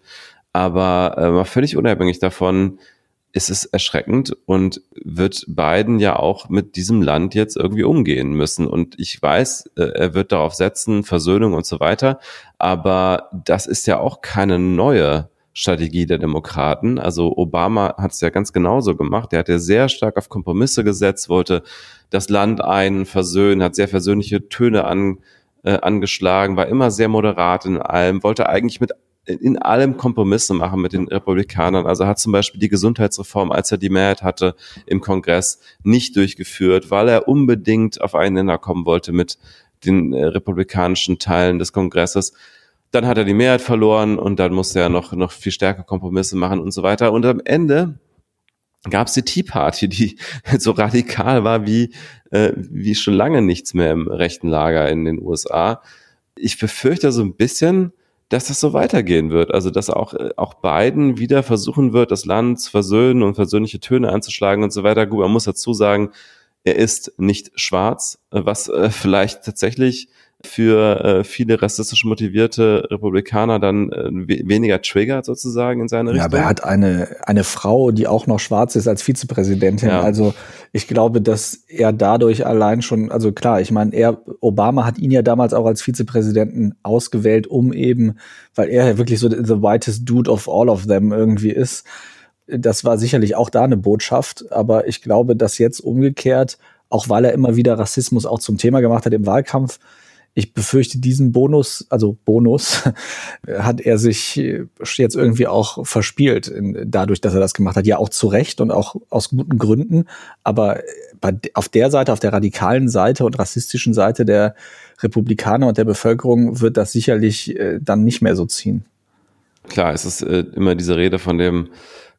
aber äh, mal völlig unabhängig davon ist es erschreckend und wird Biden ja auch mit diesem Land jetzt irgendwie umgehen müssen. Und ich weiß, äh, er wird darauf setzen, Versöhnung und so weiter, aber das ist ja auch keine neue Strategie der Demokraten. Also Obama hat es ja ganz genauso gemacht. Er hat ja sehr stark auf Kompromisse gesetzt, wollte das Land einen versöhnen, hat sehr versöhnliche Töne an, äh, angeschlagen, war immer sehr moderat in allem, wollte eigentlich mit in allem Kompromisse machen mit den Republikanern. Also hat zum Beispiel die Gesundheitsreform, als er die Mehrheit hatte im Kongress, nicht durchgeführt, weil er unbedingt auf einen Nenner kommen wollte mit den äh, republikanischen Teilen des Kongresses. Dann hat er die Mehrheit verloren und dann musste er noch, noch viel stärker Kompromisse machen und so weiter. Und am Ende gab es die Tea Party, die so radikal war wie, äh, wie schon lange nichts mehr im rechten Lager in den U S A. Ich befürchte so ein bisschen, dass das so weitergehen wird. Also, dass auch, auch Biden wieder versuchen wird, das Land zu versöhnen und versöhnliche Töne anzuschlagen und so weiter. Gut, man muss dazu sagen, er ist nicht schwarz, was äh, vielleicht tatsächlich für äh, viele rassistisch motivierte Republikaner dann äh, we- weniger triggert sozusagen in seine Richtung. Ja, aber er hat eine eine Frau, die auch noch schwarz ist als Vizepräsidentin. Ja. Also ich glaube, dass er dadurch allein schon, also klar, ich meine, er Obama hat ihn ja damals auch als Vizepräsidenten ausgewählt, um eben, weil er ja wirklich so the whitest dude of all of them irgendwie ist. Das war sicherlich auch da eine Botschaft, aber ich glaube, dass jetzt umgekehrt, auch weil er immer wieder Rassismus auch zum Thema gemacht hat im Wahlkampf, ich befürchte, diesen Bonus, also Bonus, hat er sich jetzt irgendwie auch verspielt, dadurch, dass er das gemacht hat. Ja, auch zu Recht und auch aus guten Gründen. Aber bei, auf der Seite, auf der radikalen Seite und rassistischen Seite der Republikaner und der Bevölkerung wird das sicherlich dann nicht mehr so ziehen. Klar, es ist äh, immer diese Rede von dem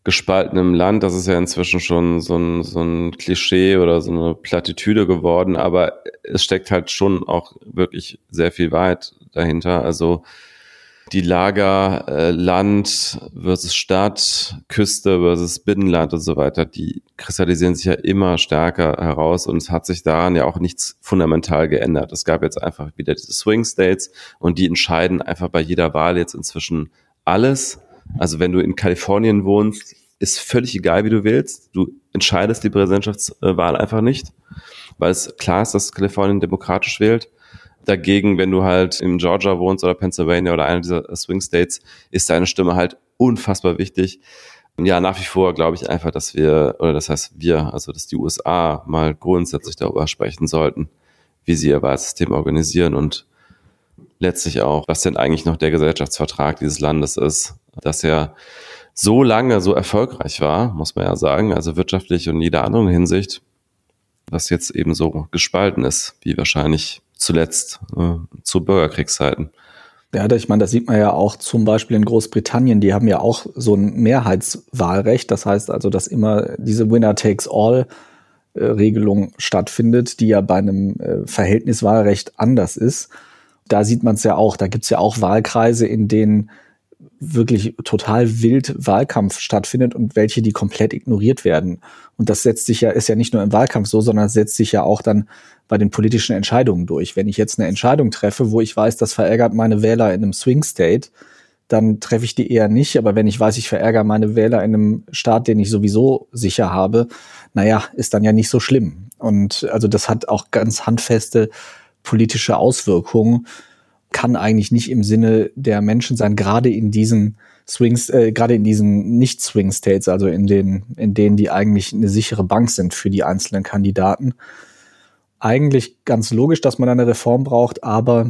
gespaltenem Land, das ist ja inzwischen schon so ein, so ein Klischee oder so eine Plattitüde geworden, aber es steckt halt schon auch wirklich sehr viel Wahrheit dahinter. Also die Lager äh, Land versus Stadt, Küste versus Binnenland und so weiter, die kristallisieren sich ja immer stärker heraus und es hat sich daran ja auch nichts fundamental geändert. Es gab jetzt einfach wieder diese Swing States und die entscheiden einfach bei jeder Wahl jetzt inzwischen alles. Also wenn du in Kalifornien wohnst, ist völlig egal, wie du wählst. Du entscheidest die Präsidentschaftswahl einfach nicht, weil es klar ist, dass Kalifornien demokratisch wählt. Dagegen, wenn du halt in Georgia wohnst oder Pennsylvania oder einer dieser Swing States, ist deine Stimme halt unfassbar wichtig. Und ja, nach wie vor glaube ich einfach, dass wir, oder das heißt wir, also dass die U S A mal grundsätzlich darüber sprechen sollten, wie sie ihr Wahlsystem organisieren und letztlich auch, was denn eigentlich noch der Gesellschaftsvertrag dieses Landes ist, dass er so lange so erfolgreich war, muss man ja sagen, also wirtschaftlich und in jeder anderen Hinsicht, was jetzt eben so gespalten ist, wie wahrscheinlich zuletzt äh, zu Bürgerkriegszeiten. Ja, ich meine, das sieht man ja auch zum Beispiel in Großbritannien, die haben ja auch so ein Mehrheitswahlrecht, das heißt also, dass immer diese Winner-takes-all-Regelung stattfindet, die ja bei einem äh, Verhältniswahlrecht anders ist. Da sieht man es ja auch, da gibt's ja auch Wahlkreise, in denen wirklich total wild Wahlkampf stattfindet und welche, die komplett ignoriert werden. Und das setzt sich ja, ist ja nicht nur im Wahlkampf so, sondern setzt sich ja auch dann bei den politischen Entscheidungen durch. Wenn ich jetzt eine Entscheidung treffe, wo ich weiß, das verärgert meine Wähler in einem Swing State, dann treffe ich die eher nicht. Aber wenn ich weiß, ich verärgere meine Wähler in einem Staat, den ich sowieso sicher habe, naja, ist dann ja nicht so schlimm. Und also das hat auch ganz handfeste politische Auswirkungen, kann eigentlich nicht im Sinne der Menschen sein, gerade in diesen Swings, äh, gerade in diesen Nicht-Swing-States, also in den, in denen die eigentlich eine sichere Bank sind für die einzelnen Kandidaten. Eigentlich ganz logisch, dass man eine Reform braucht, aber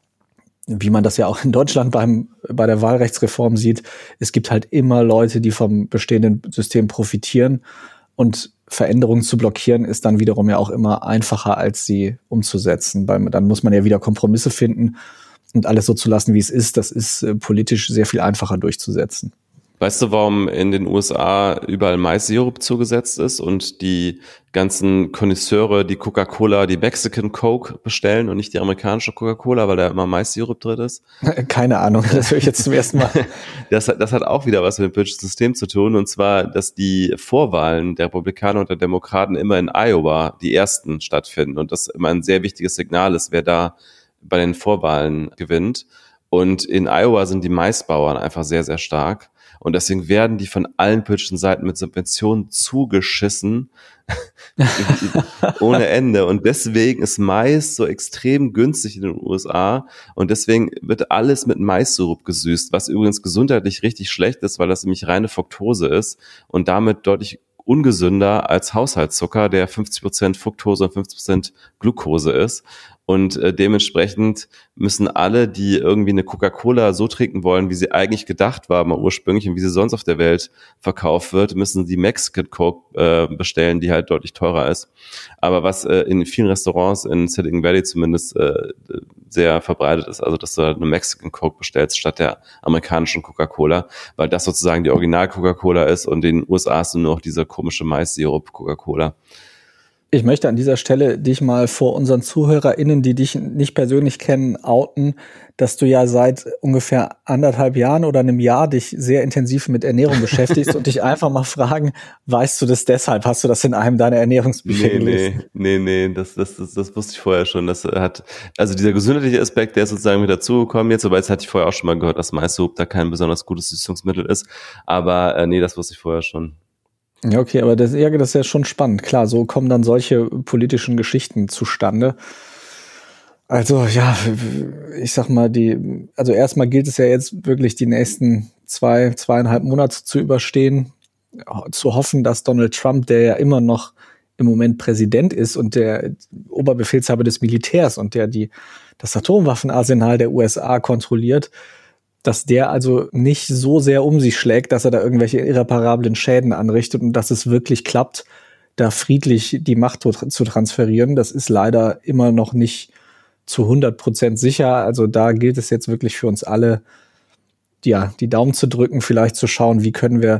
wie man das ja auch in Deutschland beim, bei der Wahlrechtsreform sieht, es gibt halt immer Leute, die vom bestehenden System profitieren und Veränderungen zu blockieren ist dann wiederum ja auch immer einfacher, als sie umzusetzen. Weil dann muss man ja wieder Kompromisse finden und alles so zu lassen, wie es ist. Das ist äh, politisch sehr viel einfacher durchzusetzen. Weißt du, warum in den U S A überall Mais-Sirup zugesetzt ist und die ganzen Connoisseure, die Coca-Cola, die Mexican Coke bestellen und nicht die amerikanische Coca-Cola, weil da immer Mais-Sirup drin ist? Keine Ahnung, das höre ich jetzt zum ersten Mal. Das, das hat auch wieder was mit dem politischen System zu tun, und zwar, dass die Vorwahlen der Republikaner und der Demokraten immer in Iowa die ersten stattfinden und das immer ein sehr wichtiges Signal ist, wer da bei den Vorwahlen gewinnt. Und in Iowa sind die Maisbauern einfach sehr, sehr stark. Und deswegen werden die von allen politischen Seiten mit Subventionen zugeschissen, ohne Ende. Und deswegen ist Mais so extrem günstig in den U S A. Und deswegen wird alles mit Maissirup gesüßt, was übrigens gesundheitlich richtig schlecht ist, weil das nämlich reine Fructose ist und damit deutlich ungesünder als Haushaltszucker, der fünfzig Prozent Fructose und fünfzig Prozent Glucose ist. Und äh, dementsprechend müssen alle, die irgendwie eine Coca-Cola so trinken wollen, wie sie eigentlich gedacht war, mal ursprünglich und wie sie sonst auf der Welt verkauft wird, müssen die Mexican Coke äh, bestellen, die halt deutlich teurer ist. Aber was äh, in vielen Restaurants in Silicon Valley zumindest äh, sehr verbreitet ist, also dass du halt eine Mexican Coke bestellst statt der amerikanischen Coca-Cola, weil das sozusagen die Original-Coca-Cola ist und in den U S A hast du nur noch diese komische Mais-Sirup-Coca-Cola. Ich möchte an dieser Stelle dich mal vor unseren ZuhörerInnen, die dich nicht persönlich kennen, outen, dass du ja seit ungefähr anderthalb Jahren oder einem Jahr dich sehr intensiv mit Ernährung beschäftigst und dich einfach mal fragen, weißt du das deshalb? Hast du das in einem deiner Ernährungsbücher nee, gelesen? Nee, nee, nee, das, das, das, das wusste ich vorher schon. Das hat, also dieser gesundheitliche Aspekt, der ist sozusagen mit dazugekommen jetzt, wobei das hatte ich vorher auch schon mal gehört, dass Maissup da kein besonders gutes Süßungsmittel ist. Aber äh, nee, das wusste ich vorher schon. Ja, okay, aber das, ja, das ist ja schon spannend. Klar, so kommen dann solche politischen Geschichten zustande. Also, ja, ich sag mal, die, also erstmal gilt es ja jetzt wirklich die nächsten zwei, zweieinhalb Monate zu überstehen, zu hoffen, dass Donald Trump, der ja immer noch im Moment Präsident ist und der Oberbefehlshaber des Militärs und der die, das Atomwaffenarsenal der U S A kontrolliert, dass der also nicht so sehr um sich schlägt, dass er da irgendwelche irreparablen Schäden anrichtet und dass es wirklich klappt, da friedlich die Macht zu transferieren. Das ist leider immer noch nicht zu hundert Prozent sicher. Also da gilt es jetzt wirklich für uns alle, ja, die Daumen zu drücken, vielleicht zu schauen, wie können wir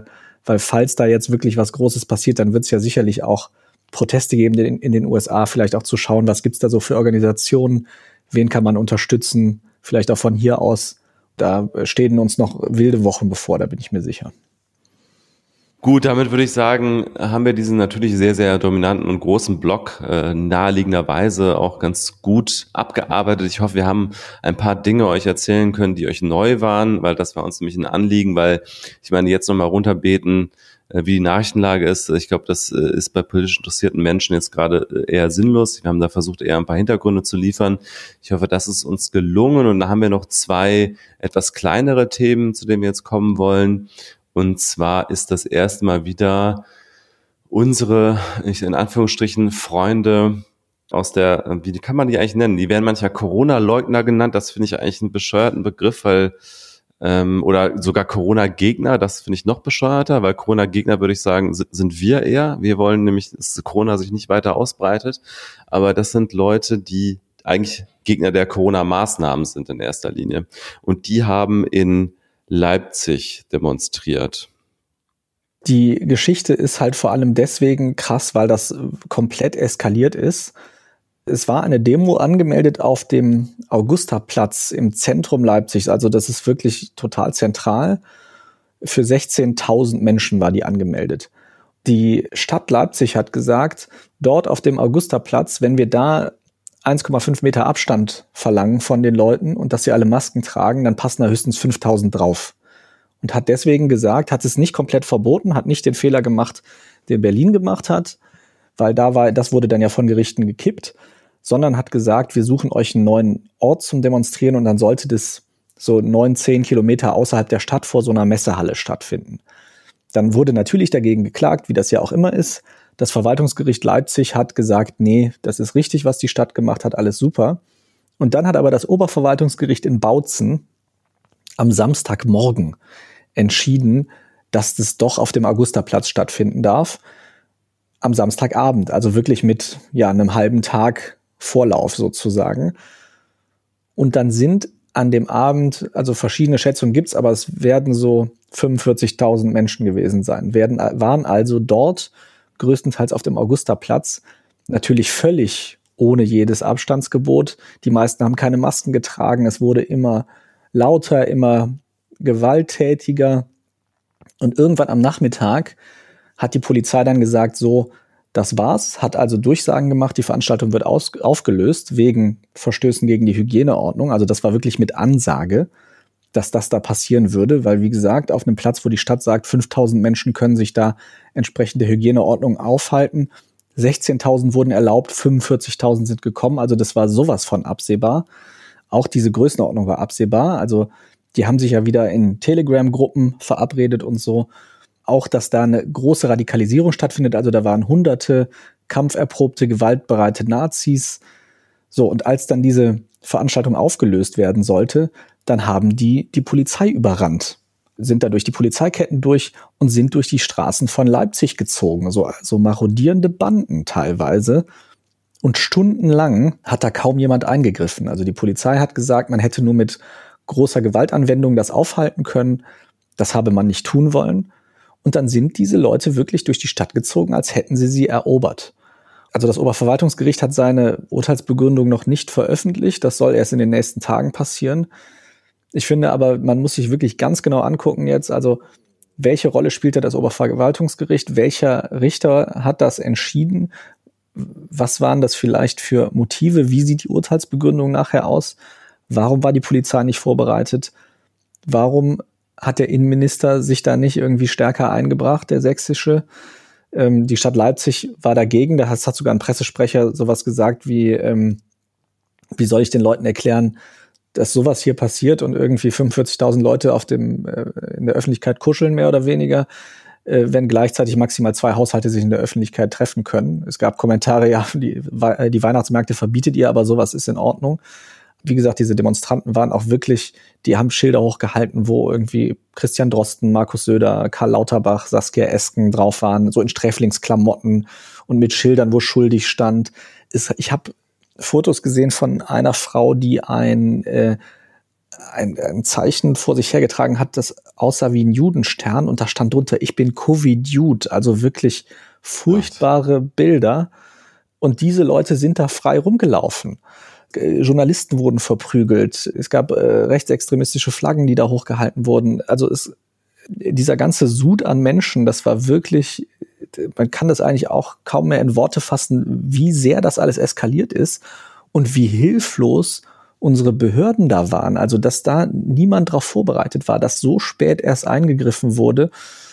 weil falls da jetzt wirklich was Großes passiert, dann wird es ja sicherlich auch Proteste geben in, in den U S A, vielleicht auch zu schauen, was gibt's da so für Organisationen, wen kann man unterstützen, vielleicht auch von hier aus. Da stehen uns noch wilde Wochen bevor, da bin ich mir sicher. Gut, damit würde ich sagen, haben wir diesen natürlich sehr, sehr dominanten und großen Block äh, naheliegenderweise auch ganz gut abgearbeitet. Ich hoffe, wir haben ein paar Dinge euch erzählen können, die euch neu waren, weil das war uns nämlich ein Anliegen, weil ich meine, jetzt nochmal runterbeten, äh, wie die Nachrichtenlage ist. Ich glaube, das äh, ist bei politisch interessierten Menschen jetzt gerade äh, eher sinnlos. Wir haben da versucht, eher ein paar Hintergründe zu liefern. Ich hoffe, das ist uns gelungen. Und da haben wir noch zwei etwas kleinere Themen, zu denen wir jetzt kommen wollen. Und zwar ist das erste Mal wieder unsere, in Anführungsstrichen, Freunde aus der, wie kann man die eigentlich nennen? Die werden manchmal Corona-Leugner genannt. Das finde ich eigentlich einen bescheuerten Begriff, weil, ähm, oder sogar Corona-Gegner, das finde ich noch bescheuerter, weil Corona-Gegner, würde ich sagen, sind wir eher. Wir wollen nämlich, dass Corona sich nicht weiter ausbreitet. Aber das sind Leute, die eigentlich Gegner der Corona-Maßnahmen sind in erster Linie. Und die haben in Leipzig demonstriert. Die Geschichte ist halt vor allem deswegen krass, weil das komplett eskaliert ist. Es war eine Demo angemeldet auf dem Augusterplatz im Zentrum Leipzigs. Also das ist wirklich total zentral. Für sechzehntausend Menschen war die angemeldet. Die Stadt Leipzig hat gesagt, dort auf dem Augusterplatz, wenn wir da eins Komma fünf Meter Abstand verlangen von den Leuten und dass sie alle Masken tragen, dann passen da höchstens fünftausend drauf. Und hat deswegen gesagt, hat es nicht komplett verboten, hat nicht den Fehler gemacht, den Berlin gemacht hat, weil da war, das wurde dann ja von Gerichten gekippt, sondern hat gesagt, wir suchen euch einen neuen Ort zum Demonstrieren und dann sollte das so neun, zehn Kilometer außerhalb der Stadt vor so einer Messehalle stattfinden. Dann wurde natürlich dagegen geklagt, wie das ja auch immer ist. Das Verwaltungsgericht Leipzig hat gesagt, nee, das ist richtig, was die Stadt gemacht hat, alles super. Und dann hat aber das Oberverwaltungsgericht in Bautzen am Samstagmorgen entschieden, dass das doch auf dem Augusterplatz stattfinden darf. Am Samstagabend, also wirklich mit ja einem halben Tag Vorlauf sozusagen. Und dann sind an dem Abend, also verschiedene Schätzungen gibt's, aber es werden so fünfundvierzigtausend Menschen gewesen sein, werden, waren also dort größtenteils auf dem Augusterplatz, natürlich völlig ohne jedes Abstandsgebot. Die meisten haben keine Masken getragen. Es wurde immer lauter, immer gewalttätiger. Und irgendwann am Nachmittag hat die Polizei dann gesagt, so, das war's, hat also Durchsagen gemacht, die Veranstaltung wird aus, aufgelöst wegen Verstößen gegen die Hygieneordnung. Also das war wirklich mit Ansage, dass das da passieren würde, weil wie gesagt, auf einem Platz, wo die Stadt sagt, fünftausend Menschen können sich da entsprechend der Hygieneordnung aufhalten. sechzehntausend wurden erlaubt, fünfundvierzigtausend sind gekommen, also das war sowas von absehbar. Auch diese Größenordnung war absehbar, also die haben sich ja wieder in Telegram-Gruppen verabredet und so. Auch, dass da eine große Radikalisierung stattfindet, also da waren hunderte kampferprobte, gewaltbereite Nazis. So, und als dann diese Veranstaltung aufgelöst werden sollte, dann haben die die Polizei überrannt, sind da durch die Polizeiketten durch und sind durch die Straßen von Leipzig gezogen. So, so marodierende Banden teilweise. Und stundenlang hat da kaum jemand eingegriffen. Also die Polizei hat gesagt, man hätte nur mit großer Gewaltanwendung das aufhalten können. Das habe man nicht tun wollen. Und dann sind diese Leute wirklich durch die Stadt gezogen, als hätten sie sie erobert. Also das Oberverwaltungsgericht hat seine Urteilsbegründung noch nicht veröffentlicht. Das soll erst in den nächsten Tagen passieren. Ich finde aber, man muss sich wirklich ganz genau angucken jetzt, also welche Rolle spielte das Oberverwaltungsgericht? Welcher Richter hat das entschieden? Was waren das vielleicht für Motive? Wie sieht die Urteilsbegründung nachher aus? Warum war die Polizei nicht vorbereitet? Warum hat der Innenminister sich da nicht irgendwie stärker eingebracht, der sächsische? Ähm, die Stadt Leipzig war dagegen. Da hat sogar ein Pressesprecher sowas gesagt wie, ähm, wie soll ich den Leuten erklären, dass sowas hier passiert und irgendwie fünfundvierzigtausend Leute auf dem äh, in der Öffentlichkeit kuscheln, mehr oder weniger, äh, wenn gleichzeitig maximal zwei Haushalte sich in der Öffentlichkeit treffen können. Es gab Kommentare, ja, die, die Weihnachtsmärkte verbietet ihr, aber sowas ist in Ordnung. Wie gesagt, diese Demonstranten waren auch wirklich, die haben Schilder hochgehalten, wo irgendwie Christian Drosten, Markus Söder, Karl Lauterbach, Saskia Esken drauf waren, so in Sträflingsklamotten und mit Schildern, wo schuldig stand. Ich habe Fotos gesehen von einer Frau, die ein, äh, ein, ein Zeichen vor sich hergetragen hat, das aussah wie ein Judenstern und da stand drunter, ich bin Covid-Jude, also wirklich furchtbare Gott. Bilder. Und diese Leute sind da frei rumgelaufen. Journalisten wurden verprügelt. Es gab äh, rechtsextremistische Flaggen, die da hochgehalten wurden. Also es, dieser ganze Sud an Menschen, das war wirklich, man kann das eigentlich auch kaum mehr in Worte fassen, wie sehr das alles eskaliert ist und wie hilflos unsere Behörden da waren. Also dass da niemand drauf vorbereitet war, dass so spät erst eingegriffen wurde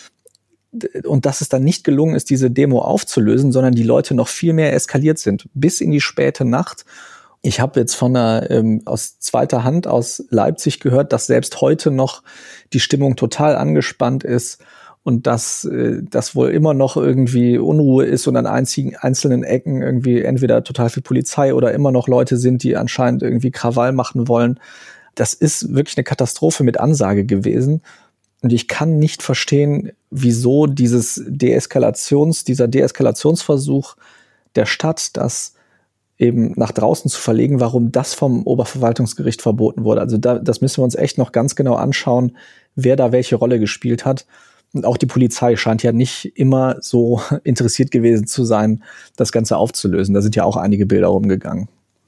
und dass es dann nicht gelungen ist, diese Demo aufzulösen, sondern die Leute noch viel mehr eskaliert sind, bis in die späte Nacht. Ich habe jetzt von einer, ähm, aus zweiter Hand aus Leipzig gehört, dass selbst heute noch die Stimmung total angespannt ist und dass äh, das wohl immer noch irgendwie Unruhe ist und an einzigen, einzelnen Ecken irgendwie entweder total viel Polizei oder immer noch Leute sind, die anscheinend irgendwie Krawall machen wollen. Das ist wirklich eine Katastrophe mit Ansage gewesen. Und ich kann nicht verstehen, wieso dieses Deeskalations, dieser Deeskalationsversuch der Stadt, das eben nach draußen zu verlegen, warum das vom Oberverwaltungsgericht verboten wurde. Also da, das müssen wir uns echt noch ganz genau anschauen, wer da welche Rolle gespielt hat. Und auch die Polizei scheint ja nicht immer so interessiert gewesen zu sein, das Ganze aufzulösen. Da sind ja auch einige Bilder rumgegangen.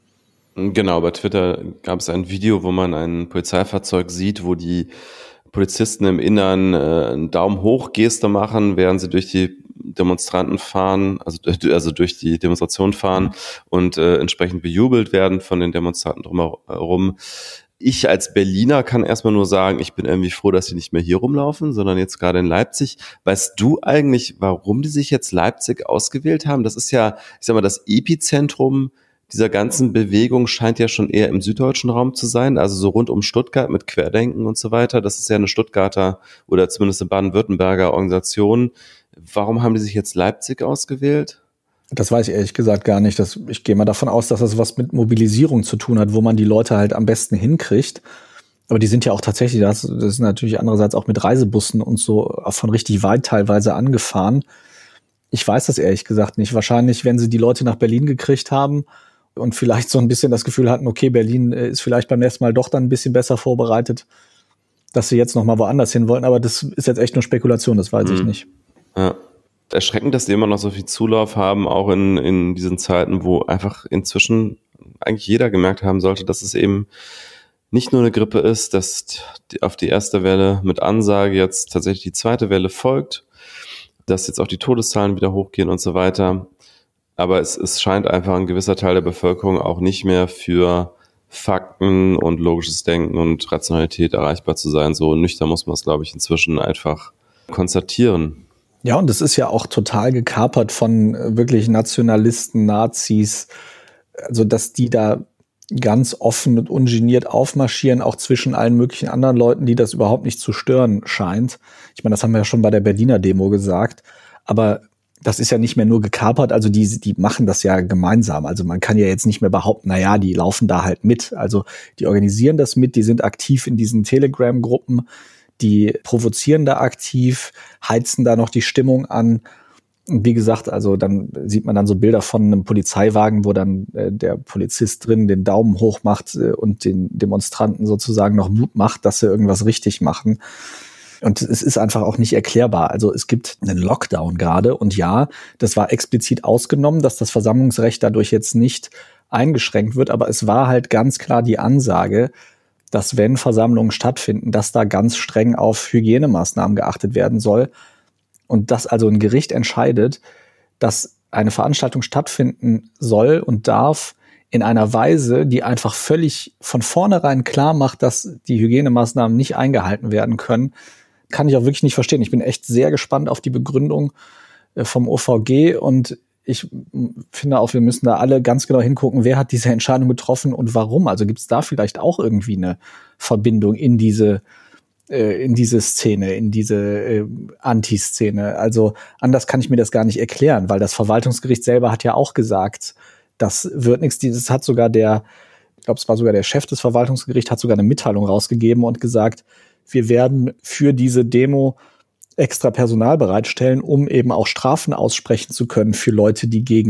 Genau, bei Twitter gab es ein Video, wo man ein Polizeifahrzeug sieht, wo die Polizisten im Innern äh, einen Daumen-hoch-Geste machen, während sie durch die Demonstranten fahren, also, also durch die Demonstration fahren mhm. und äh, entsprechend bejubelt werden von den Demonstranten drumherum. Ich als Berliner kann erstmal nur sagen, ich bin irgendwie froh, dass sie nicht mehr hier rumlaufen, sondern jetzt gerade in Leipzig. Weißt du eigentlich, warum die sich jetzt Leipzig ausgewählt haben? Das ist ja, ich sag mal, das Epizentrum dieser ganzen Bewegung scheint ja schon eher im süddeutschen Raum zu sein, also so rund um Stuttgart mit Querdenken und so weiter. Das ist ja eine Stuttgarter oder zumindest eine Baden-Württemberger Organisation. Warum haben die sich jetzt Leipzig ausgewählt? Das weiß ich ehrlich gesagt gar nicht. Das, ich gehe mal davon aus, dass das was mit Mobilisierung zu tun hat, wo man die Leute halt am besten hinkriegt. Aber die sind ja auch tatsächlich, das, das ist natürlich andererseits auch mit Reisebussen und so von richtig weit teilweise angefahren. Ich weiß das ehrlich gesagt nicht. Wahrscheinlich, wenn sie die Leute nach Berlin gekriegt haben und vielleicht so ein bisschen das Gefühl hatten, okay, Berlin ist vielleicht beim nächsten Mal doch dann ein bisschen besser vorbereitet, dass sie jetzt noch mal woanders hin wollen. Aber das ist jetzt echt nur Spekulation, das weiß mhm. ich nicht. Ja. Erschreckend, dass die immer noch so viel Zulauf haben, auch in, in diesen Zeiten, wo einfach inzwischen eigentlich jeder gemerkt haben sollte, dass es eben nicht nur eine Grippe ist, dass die, auf die erste Welle mit Ansage jetzt tatsächlich die zweite Welle folgt, dass jetzt auch die Todeszahlen wieder hochgehen und so weiter. Aber es, es scheint einfach ein gewisser Teil der Bevölkerung auch nicht mehr für Fakten und logisches Denken und Rationalität erreichbar zu sein. So nüchtern muss man es, glaube ich, inzwischen einfach konstatieren. Ja, und das ist ja auch total gekapert von wirklich Nationalisten, Nazis, also dass die da ganz offen und ungeniert aufmarschieren, auch zwischen allen möglichen anderen Leuten, die das überhaupt nicht zu stören scheint. Ich meine, das haben wir ja schon bei der Berliner Demo gesagt, aber das ist ja nicht mehr nur gekapert, also die, die machen das ja gemeinsam. Also man kann ja jetzt nicht mehr behaupten, na ja, die laufen da halt mit. Also die organisieren das mit, die sind aktiv in diesen Telegram-Gruppen, die provozieren da aktiv, heizen da noch die Stimmung an. Und wie gesagt, also dann sieht man dann so Bilder von einem Polizeiwagen, wo dann äh, der Polizist drin den Daumen hoch macht äh, und den Demonstranten sozusagen noch Mut macht, dass sie irgendwas richtig machen. Und es ist einfach auch nicht erklärbar. Also es gibt einen Lockdown gerade und ja, das war explizit ausgenommen, dass das Versammlungsrecht dadurch jetzt nicht eingeschränkt wird, aber es war halt ganz klar die Ansage, dass wenn Versammlungen stattfinden, dass da ganz streng auf Hygienemaßnahmen geachtet werden soll und dass also ein Gericht entscheidet, dass eine Veranstaltung stattfinden soll und darf in einer Weise, die einfach völlig von vornherein klar macht, dass die Hygienemaßnahmen nicht eingehalten werden können, kann ich auch wirklich nicht verstehen. Ich bin echt sehr gespannt auf die Begründung vom O V G und ich finde auch, wir müssen da alle ganz genau hingucken, wer hat diese Entscheidung getroffen und warum. Also gibt es da vielleicht auch irgendwie eine Verbindung in diese äh, in diese Szene, in diese äh, Anti-Szene. Also anders kann ich mir das gar nicht erklären, weil das Verwaltungsgericht selber hat ja auch gesagt, das wird nichts. Dieses hat sogar der, ich glaube, es war sogar der Chef des Verwaltungsgerichts, hat sogar eine Mitteilung rausgegeben und gesagt, wir werden für diese Demo extra Personal bereitstellen, um eben auch Strafen aussprechen zu können für Leute, die gegen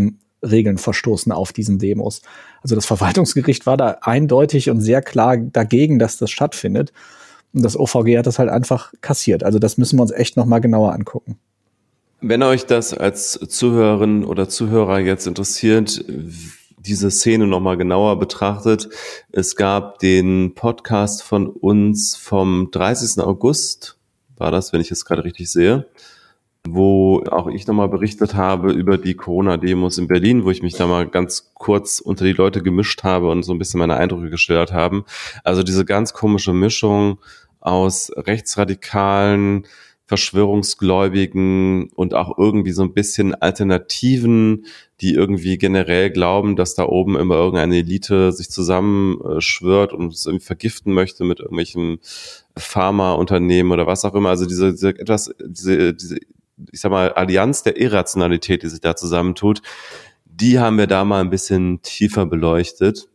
Regeln verstoßen auf diesen Demos. Also das Verwaltungsgericht war da eindeutig und sehr klar dagegen, dass das stattfindet. Und das O V G hat das halt einfach kassiert. Also das müssen wir uns echt noch mal genauer angucken. Wenn euch das als Zuhörerin oder Zuhörer jetzt interessiert, diese Szene nochmal genauer betrachtet, es gab den Podcast von uns vom dreißigsten August, war das, wenn ich es gerade richtig sehe, wo auch ich nochmal berichtet habe über die Corona-Demos in Berlin, wo ich mich da mal ganz kurz unter die Leute gemischt habe und so ein bisschen meine Eindrücke geschildert haben. Also diese ganz komische Mischung aus rechtsradikalen, Verschwörungsgläubigen und auch irgendwie so ein bisschen Alternativen, die irgendwie generell glauben, dass da oben immer irgendeine Elite sich zusammenschwört und es irgendwie vergiften möchte mit irgendwelchen Pharmaunternehmen oder was auch immer. Also diese, diese etwas, diese, diese, ich sag mal, Allianz der Irrationalität, die sich da zusammentut, die haben wir da mal ein bisschen tiefer beleuchtet.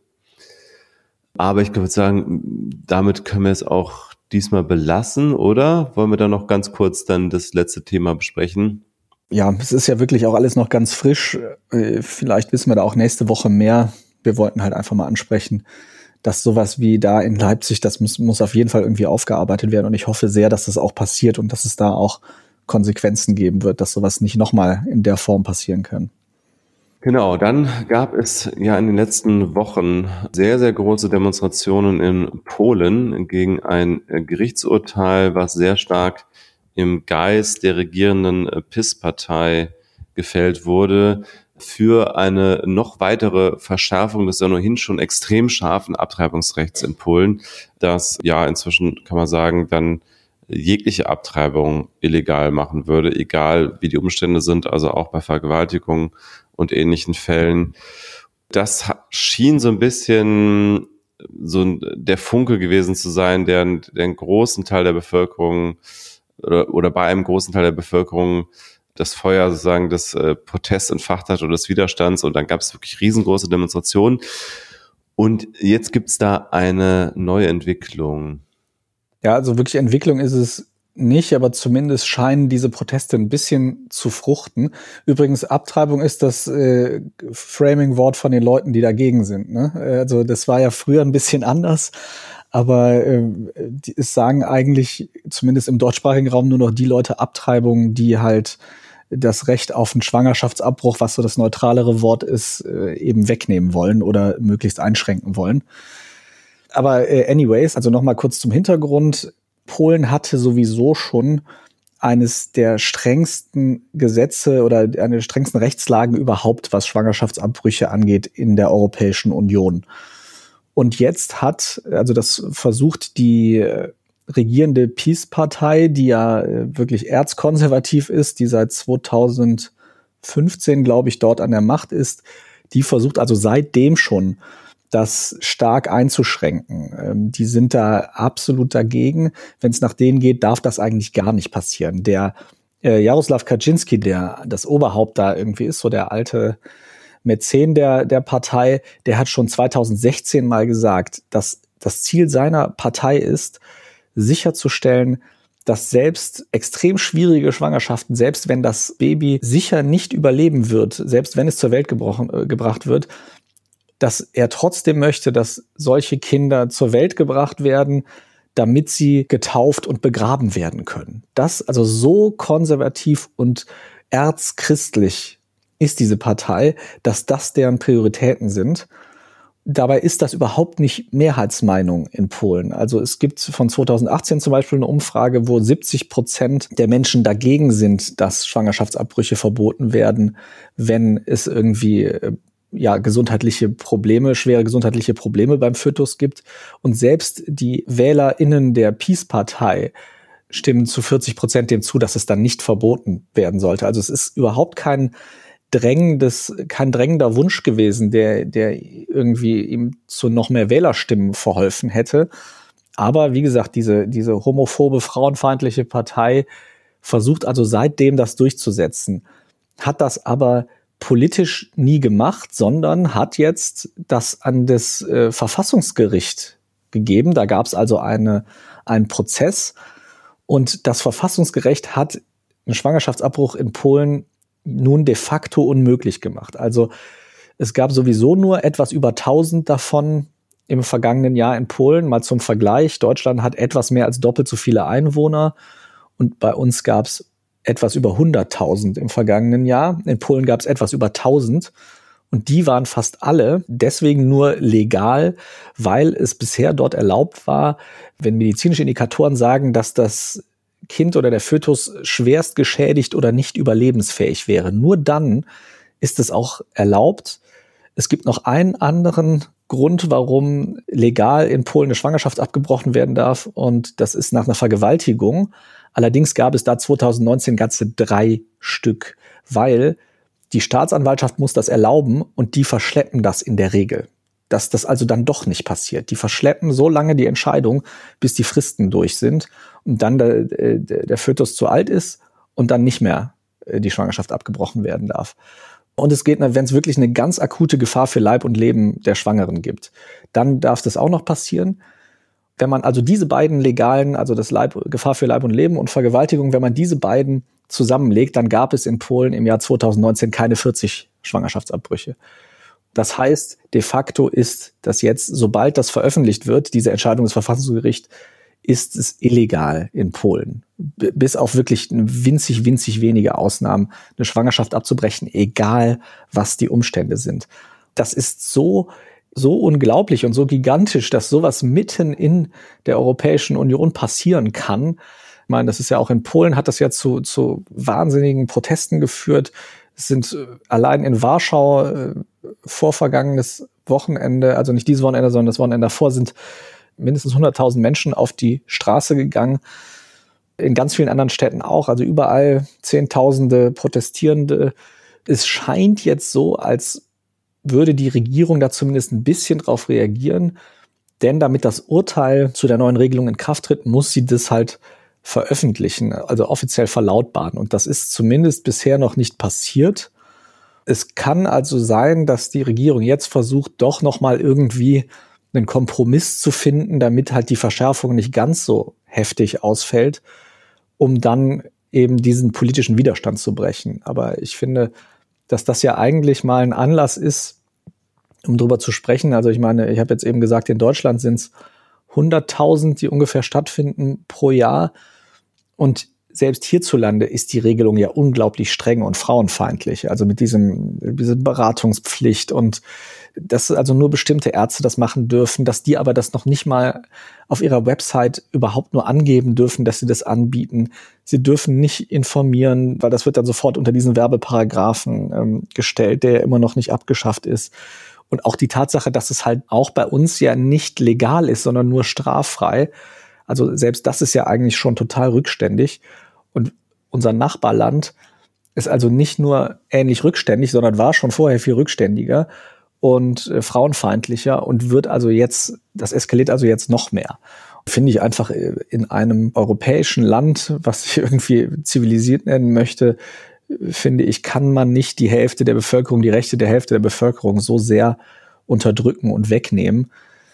Aber ich würde sagen, damit können wir es auch diesmal belassen, oder? Wollen wir da noch ganz kurz dann das letzte Thema besprechen? Ja, es ist ja wirklich auch alles noch ganz frisch. Vielleicht wissen wir da auch nächste Woche mehr. Wir wollten halt einfach mal ansprechen, dass sowas wie da in Leipzig, das muss, muss auf jeden Fall irgendwie aufgearbeitet werden. Und ich hoffe sehr, dass das auch passiert und dass es da auch Konsequenzen geben wird, dass sowas nicht nochmal in der Form passieren kann. Genau, dann gab es ja in den letzten Wochen sehr, sehr große Demonstrationen in Polen gegen ein Gerichtsurteil, was sehr stark im Geist der regierenden P I S-Partei gefällt wurde, für eine noch weitere Verschärfung des ohnehin schon extrem scharfen Abtreibungsrechts in Polen, das ja inzwischen, kann man sagen, dann jegliche Abtreibung illegal machen würde, egal wie die Umstände sind, also auch bei Vergewaltigung und ähnlichen Fällen. Das schien so ein bisschen so der Funke gewesen zu sein, der, der einen großen Teil der Bevölkerung oder, oder bei einem großen Teil der Bevölkerung das Feuer sozusagen des äh, Protests entfacht hat oder des Widerstands, und dann gab es wirklich riesengroße Demonstrationen. Und jetzt gibt's da eine neue Entwicklung. Ja, also wirklich Entwicklung ist es nicht, aber zumindest scheinen diese Proteste ein bisschen zu fruchten. Übrigens, Abtreibung ist das äh, Framing-Wort von den Leuten, die dagegen sind. Ne? Also das war ja früher ein bisschen anders, aber äh, die, es sagen eigentlich, zumindest im deutschsprachigen Raum, nur noch die Leute Abtreibung, die halt das Recht auf einen Schwangerschaftsabbruch, was so das neutralere Wort ist, äh, eben wegnehmen wollen oder möglichst einschränken wollen. Aber äh, anyways, also noch mal kurz zum Hintergrund. Polen hatte sowieso schon eines der strengsten Gesetze oder eine der strengsten Rechtslagen überhaupt, was Schwangerschaftsabbrüche angeht in der Europäischen Union. Und jetzt hat, also das versucht die äh, regierende P I S-Partei, die ja äh, wirklich erzkonservativ ist, die seit zweitausendfünfzehn, glaube ich, dort an der Macht ist, die versucht also seitdem schon, das stark einzuschränken. Ähm, die sind da absolut dagegen. Wenn es nach denen geht, darf das eigentlich gar nicht passieren. Der äh, Jaroslaw Kaczynski, der das Oberhaupt da irgendwie ist, so der alte Mäzen der, der Partei, der hat schon zweitausendsechzehn mal gesagt, dass das Ziel seiner Partei ist, sicherzustellen, dass selbst extrem schwierige Schwangerschaften, selbst wenn das Baby sicher nicht überleben wird, selbst wenn es zur Welt gebrochen, äh, gebracht wird, dass er trotzdem möchte, dass solche Kinder zur Welt gebracht werden, damit sie getauft und begraben werden können. Das, also so konservativ und erzchristlich ist diese Partei, dass das deren Prioritäten sind. Dabei ist das überhaupt nicht Mehrheitsmeinung in Polen. Also es gibt von zweitausendachtzehn zum Beispiel eine Umfrage, wo siebzig Prozent der Menschen dagegen sind, dass Schwangerschaftsabbrüche verboten werden, wenn es irgendwie ja gesundheitliche Probleme, schwere gesundheitliche Probleme beim Fötus gibt. Und selbst die WählerInnen der P I S-Partei stimmen zu vierzig Prozent dem zu, dass es dann nicht verboten werden sollte. Also es ist überhaupt kein drängendes, kein drängender Wunsch gewesen, der, der irgendwie ihm zu noch mehr Wählerstimmen verholfen hätte. Aber wie gesagt, diese, diese homophobe, frauenfeindliche Partei versucht also seitdem das durchzusetzen, hat das aber politisch nie gemacht, sondern hat jetzt das an das äh, Verfassungsgericht gegeben. Da gab es also eine, einen Prozess, und das Verfassungsgericht hat einen Schwangerschaftsabbruch in Polen nun de facto unmöglich gemacht. Also Es gab sowieso nur etwas über tausend davon im vergangenen Jahr in Polen. Mal zum Vergleich, Deutschland hat etwas mehr als doppelt so viele Einwohner und bei uns gab es etwas über hunderttausend im vergangenen Jahr. In Polen gab es etwas über tausend und die waren fast alle deswegen nur legal, weil es bisher dort erlaubt war, wenn medizinische Indikatoren sagen, dass das Kind oder der Fötus schwerst geschädigt oder nicht überlebensfähig wäre. Nur dann ist es auch erlaubt. Es gibt noch einen anderen Grund, warum legal in Polen eine Schwangerschaft abgebrochen werden darf, und das ist nach einer Vergewaltigung. Allerdings gab es da zwanzig neunzehn ganze drei Stück, weil die Staatsanwaltschaft muss das erlauben und die verschleppen das in der Regel. Dass das also dann doch nicht passiert. Die verschleppen so lange die Entscheidung, bis die Fristen durch sind und dann der, der, der Fötus zu alt ist und dann nicht mehr die Schwangerschaft abgebrochen werden darf. Und es geht, wenn es wirklich eine ganz akute Gefahr für Leib und Leben der Schwangeren gibt, dann darf das auch noch passieren. Wenn man also diese beiden legalen, also das Leib, Gefahr für Leib und Leben und Vergewaltigung, wenn man diese beiden zusammenlegt, dann gab es in Polen im Jahr zwanzig neunzehn keine vierzig Schwangerschaftsabbrüche. Das heißt, de facto ist das jetzt, sobald das veröffentlicht wird, diese Entscheidung des Verfassungsgerichts, ist es illegal in Polen. B- bis auf wirklich winzig, winzig wenige Ausnahmen, eine Schwangerschaft abzubrechen, egal was die Umstände sind. Das ist so, so unglaublich und so gigantisch, dass sowas mitten in der Europäischen Union passieren kann. Ich meine, das ist ja auch in Polen, hat das ja zu, zu wahnsinnigen Protesten geführt. Es sind allein in Warschau äh, vorvergangenes Wochenende, also nicht dieses Wochenende, sondern das Wochenende davor, sind mindestens hunderttausend Menschen auf die Straße gegangen. In ganz vielen anderen Städten auch, also überall Zehntausende Protestierende. Es scheint jetzt so, als würde die Regierung da zumindest ein bisschen drauf reagieren. Denn damit das Urteil zu der neuen Regelung in Kraft tritt, muss sie das halt veröffentlichen, also offiziell verlautbaren. Und das ist zumindest bisher noch nicht passiert. Es kann also sein, dass die Regierung jetzt versucht, doch noch mal irgendwie einen Kompromiss zu finden, damit halt die Verschärfung nicht ganz so heftig ausfällt, um dann eben diesen politischen Widerstand zu brechen. Aber ich finde, dass das ja eigentlich mal ein Anlass ist, um drüber zu sprechen. Also ich meine, ich habe jetzt eben gesagt, in Deutschland sind es hunderttausend, die ungefähr stattfinden pro Jahr. Und selbst hierzulande ist die Regelung ja unglaublich streng und frauenfeindlich. Also mit diesem, diese Beratungspflicht und dass also nur bestimmte Ärzte das machen dürfen, dass die aber das noch nicht mal auf ihrer Website überhaupt nur angeben dürfen, dass sie das anbieten. Sie dürfen nicht informieren, weil das wird dann sofort unter diesen Werbeparagraphen ähm, gestellt, der ja immer noch nicht abgeschafft ist. Und auch die Tatsache, dass es halt auch bei uns ja nicht legal ist, sondern nur straffrei. Also selbst das ist ja eigentlich schon total rückständig. Und unser Nachbarland ist also nicht nur ähnlich rückständig, sondern war schon vorher viel rückständiger und äh, frauenfeindlicher und wird also jetzt, das eskaliert also jetzt noch mehr. Finde ich einfach in einem europäischen Land, was ich irgendwie zivilisiert nennen möchte, finde ich, kann man nicht die Hälfte der Bevölkerung, die Rechte der Hälfte der Bevölkerung so sehr unterdrücken und wegnehmen.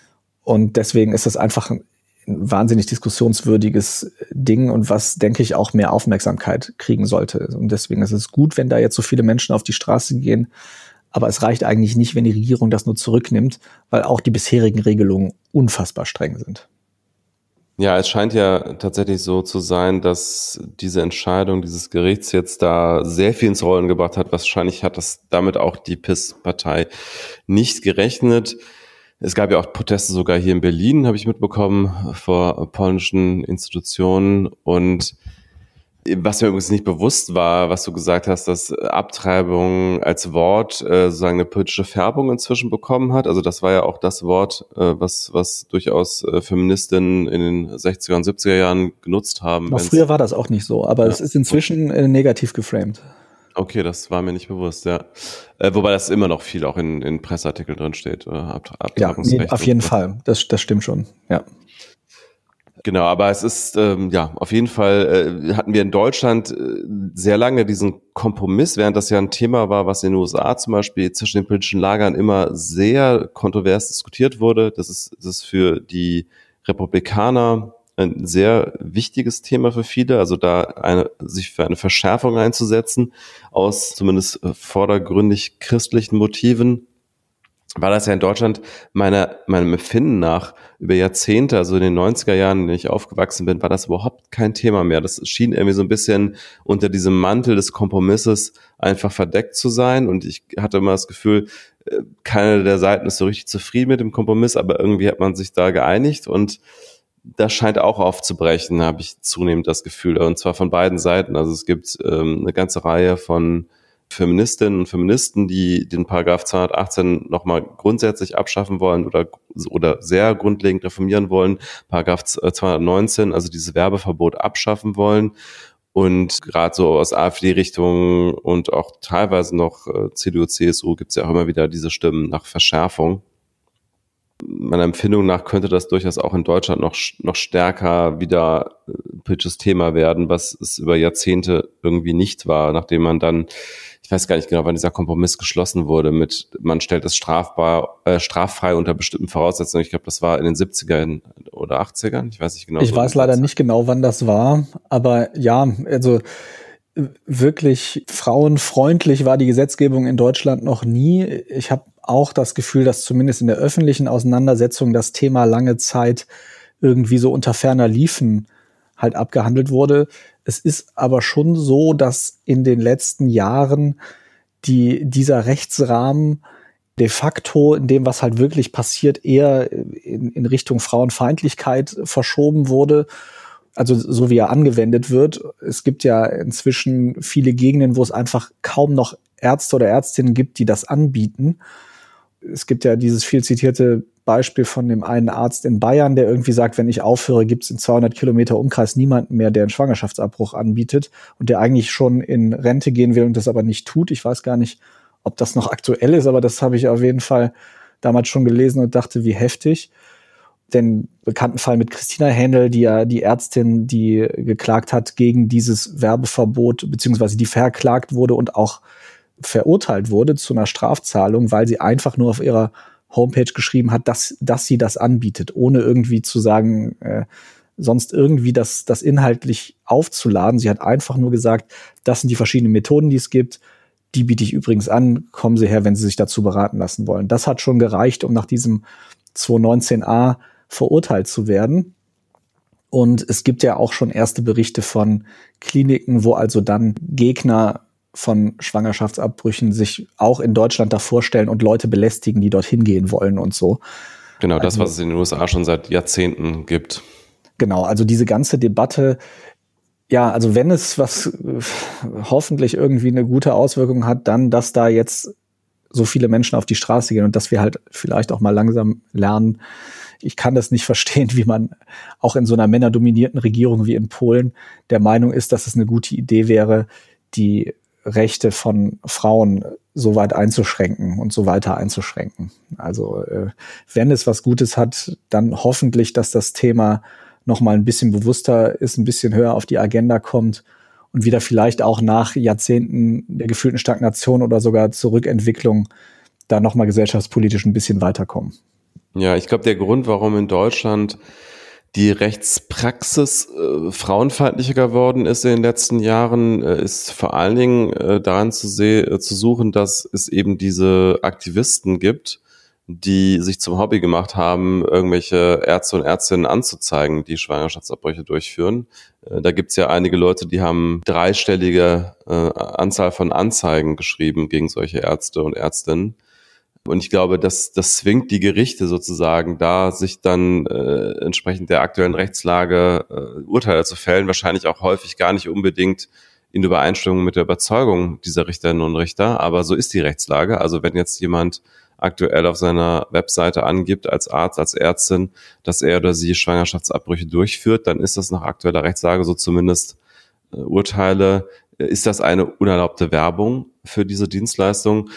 Und deswegen ist das einfach ein wahnsinnig diskussionswürdiges Ding und was, denke ich, auch mehr Aufmerksamkeit kriegen sollte. Und deswegen ist es gut, wenn da jetzt so viele Menschen auf die Straße gehen. Aber es reicht eigentlich nicht, wenn die Regierung das nur zurücknimmt, weil auch die bisherigen Regelungen unfassbar streng sind. Ja, es scheint ja tatsächlich so zu sein, dass diese Entscheidung dieses Gerichts jetzt da sehr viel ins Rollen gebracht hat. Wahrscheinlich hat das damit auch die P I S-Partei nicht gerechnet. Es gab ja auch Proteste sogar hier in Berlin, habe ich mitbekommen, vor polnischen Institutionen. Und was mir übrigens nicht bewusst war, was du gesagt hast, dass Abtreibung als Wort äh, sozusagen eine politische Färbung inzwischen bekommen hat. Also das war ja auch das Wort, äh, was was durchaus äh, Feministinnen in den sechziger und siebziger Jahren genutzt haben. Noch früher war das auch nicht so, aber ja, es ist inzwischen äh, negativ geframed. Okay, das war mir nicht bewusst, ja. Äh, wobei das immer noch viel auch in, in Presseartikeln drin steht. Ab, ja, nee, auf jeden Fall. Das, das stimmt schon, ja. Genau, aber es ist, ähm, ja, auf jeden Fall äh, hatten wir in Deutschland äh, sehr lange diesen Kompromiss, während das ja ein Thema war, was in den U S A zum Beispiel zwischen den politischen Lagern immer sehr kontrovers diskutiert wurde. Das ist, das ist für die Republikaner ein sehr wichtiges Thema für viele, also da eine, sich für eine Verschärfung einzusetzen, aus zumindest vordergründig christlichen Motiven. war das ja in Deutschland meiner, meinem Empfinden nach über Jahrzehnte, also in den neunziger Jahren, in denen ich aufgewachsen bin, war das überhaupt kein Thema mehr. Das schien irgendwie so ein bisschen unter diesem Mantel des Kompromisses einfach verdeckt zu sein. Und ich hatte immer das Gefühl, keine der Seiten ist so richtig zufrieden mit dem Kompromiss, aber irgendwie hat man sich da geeinigt und das scheint auch aufzubrechen, habe ich zunehmend das Gefühl. Und zwar von beiden Seiten. Also es gibt ähm, eine ganze Reihe von Feministinnen und Feministen, die den Paragraph zweihundertachtzehn nochmal grundsätzlich abschaffen wollen oder, oder sehr grundlegend reformieren wollen. Paragraph zweihundertneunzehn, also dieses Werbeverbot abschaffen wollen. Und gerade so aus AfD-Richtung und auch teilweise noch äh, C D U, C S U gibt es ja auch immer wieder diese Stimmen nach Verschärfung. Meiner Empfindung nach könnte das durchaus auch in Deutschland noch noch stärker wieder politisches Thema werden, was es über Jahrzehnte irgendwie nicht war, nachdem man dann, ich weiß gar nicht genau, wann dieser Kompromiss geschlossen wurde mit, man stellt es strafbar, äh, straffrei unter bestimmten Voraussetzungen. Ich glaube, das war in den siebzigern oder achtzigern, ich weiß nicht genau. Ich so weiß leider nicht genau, wann das war, aber ja, also wirklich frauenfreundlich war die Gesetzgebung in Deutschland noch nie. Ich habe auch das Gefühl, dass zumindest in der öffentlichen Auseinandersetzung das Thema lange Zeit irgendwie so unter ferner Liefen halt abgehandelt wurde. Es ist aber schon so, dass in den letzten Jahren die, dieser Rechtsrahmen de facto in dem, was halt wirklich passiert, eher in, in Richtung Frauenfeindlichkeit verschoben wurde. Also so wie er angewendet wird. Es gibt ja inzwischen viele Gegenden, wo es einfach kaum noch Ärzte oder Ärztinnen gibt, die das anbieten. Es gibt ja dieses viel zitierte Beispiel von dem einen Arzt in Bayern, der irgendwie sagt, wenn ich aufhöre, gibt es in zweihundert Kilometer Umkreis niemanden mehr, der einen Schwangerschaftsabbruch anbietet und der eigentlich schon in Rente gehen will und das aber nicht tut. Ich weiß gar nicht, ob das noch aktuell ist, aber das habe ich auf jeden Fall damals schon gelesen und dachte, wie heftig. Den bekannten Fall mit Christina Händel, die ja die Ärztin, die geklagt hat gegen dieses Werbeverbot, beziehungsweise die verklagt wurde und auch verurteilt wurde zu einer Strafzahlung, weil sie einfach nur auf ihrer Homepage geschrieben hat, dass, dass sie das anbietet, ohne irgendwie zu sagen, äh, sonst irgendwie das, das inhaltlich aufzuladen. Sie hat einfach nur gesagt, das sind die verschiedenen Methoden, die es gibt. Die biete ich übrigens an, kommen Sie her, wenn Sie sich dazu beraten lassen wollen. Das hat schon gereicht, um nach diesem zweihundertneunzehn a verurteilt zu werden. Und es gibt ja auch schon erste Berichte von Kliniken, wo also dann Gegner von Schwangerschaftsabbrüchen sich auch in Deutschland da vorstellen und Leute belästigen, die dorthin gehen wollen und so. Genau, das, also, was es in den U S A schon seit Jahrzehnten gibt. Genau, also diese ganze Debatte, ja, also wenn es was äh, hoffentlich irgendwie eine gute Auswirkung hat, dann, dass da jetzt so viele Menschen auf die Straße gehen und dass wir halt vielleicht auch mal langsam lernen. Ich kann das nicht verstehen, wie man auch in so einer männerdominierten Regierung wie in Polen der Meinung ist, dass es eine gute Idee wäre, die Rechte von Frauen so weit einzuschränken und so weiter einzuschränken. Also äh, wenn es was Gutes hat, dann hoffentlich, dass das Thema noch mal ein bisschen bewusster ist, ein bisschen höher auf die Agenda kommt und wieder vielleicht auch nach Jahrzehnten der gefühlten Stagnation oder sogar Zurückentwicklung da noch mal gesellschaftspolitisch ein bisschen weiterkommen. Ja, ich glaube, der Grund, warum in Deutschland die Rechtspraxis äh, frauenfeindlicher geworden ist in den letzten Jahren, äh, ist vor allen Dingen äh, daran zu, seh- äh, zu suchen, dass es eben diese Aktivisten gibt, die sich zum Hobby gemacht haben, irgendwelche Ärzte und Ärztinnen anzuzeigen, die Schwangerschaftsabbrüche durchführen. Äh, da gibt's ja einige Leute, die haben dreistellige äh, Anzahl von Anzeigen geschrieben gegen solche Ärzte und Ärztinnen. Und ich glaube, das, das zwingt die Gerichte sozusagen, da sich dann äh, entsprechend der aktuellen Rechtslage äh, Urteile zu fällen, wahrscheinlich auch häufig gar nicht unbedingt in Übereinstimmung mit der Überzeugung dieser Richterinnen und Richter, aber so ist die Rechtslage. Also wenn jetzt jemand aktuell auf seiner Webseite angibt als Arzt, als Ärztin, dass er oder sie Schwangerschaftsabbrüche durchführt, dann ist das nach aktueller Rechtslage, so zumindest äh, Urteile, äh, ist das eine unerlaubte Werbung für diese Dienstleistung.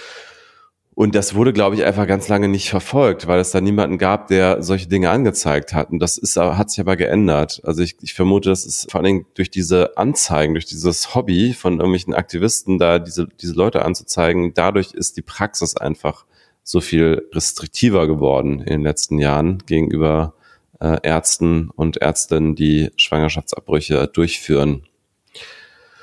Und das wurde, glaube ich, einfach ganz lange nicht verfolgt, weil es da niemanden gab, der solche Dinge angezeigt hat. Und das ist, hat sich aber geändert. Also ich, ich vermute, das ist vor allen Dingen durch diese Anzeigen, durch dieses Hobby von irgendwelchen Aktivisten, da diese, diese Leute anzuzeigen, dadurch ist die Praxis einfach so viel restriktiver geworden in den letzten Jahren gegenüber äh, Ärzten und Ärztinnen, die Schwangerschaftsabbrüche durchführen.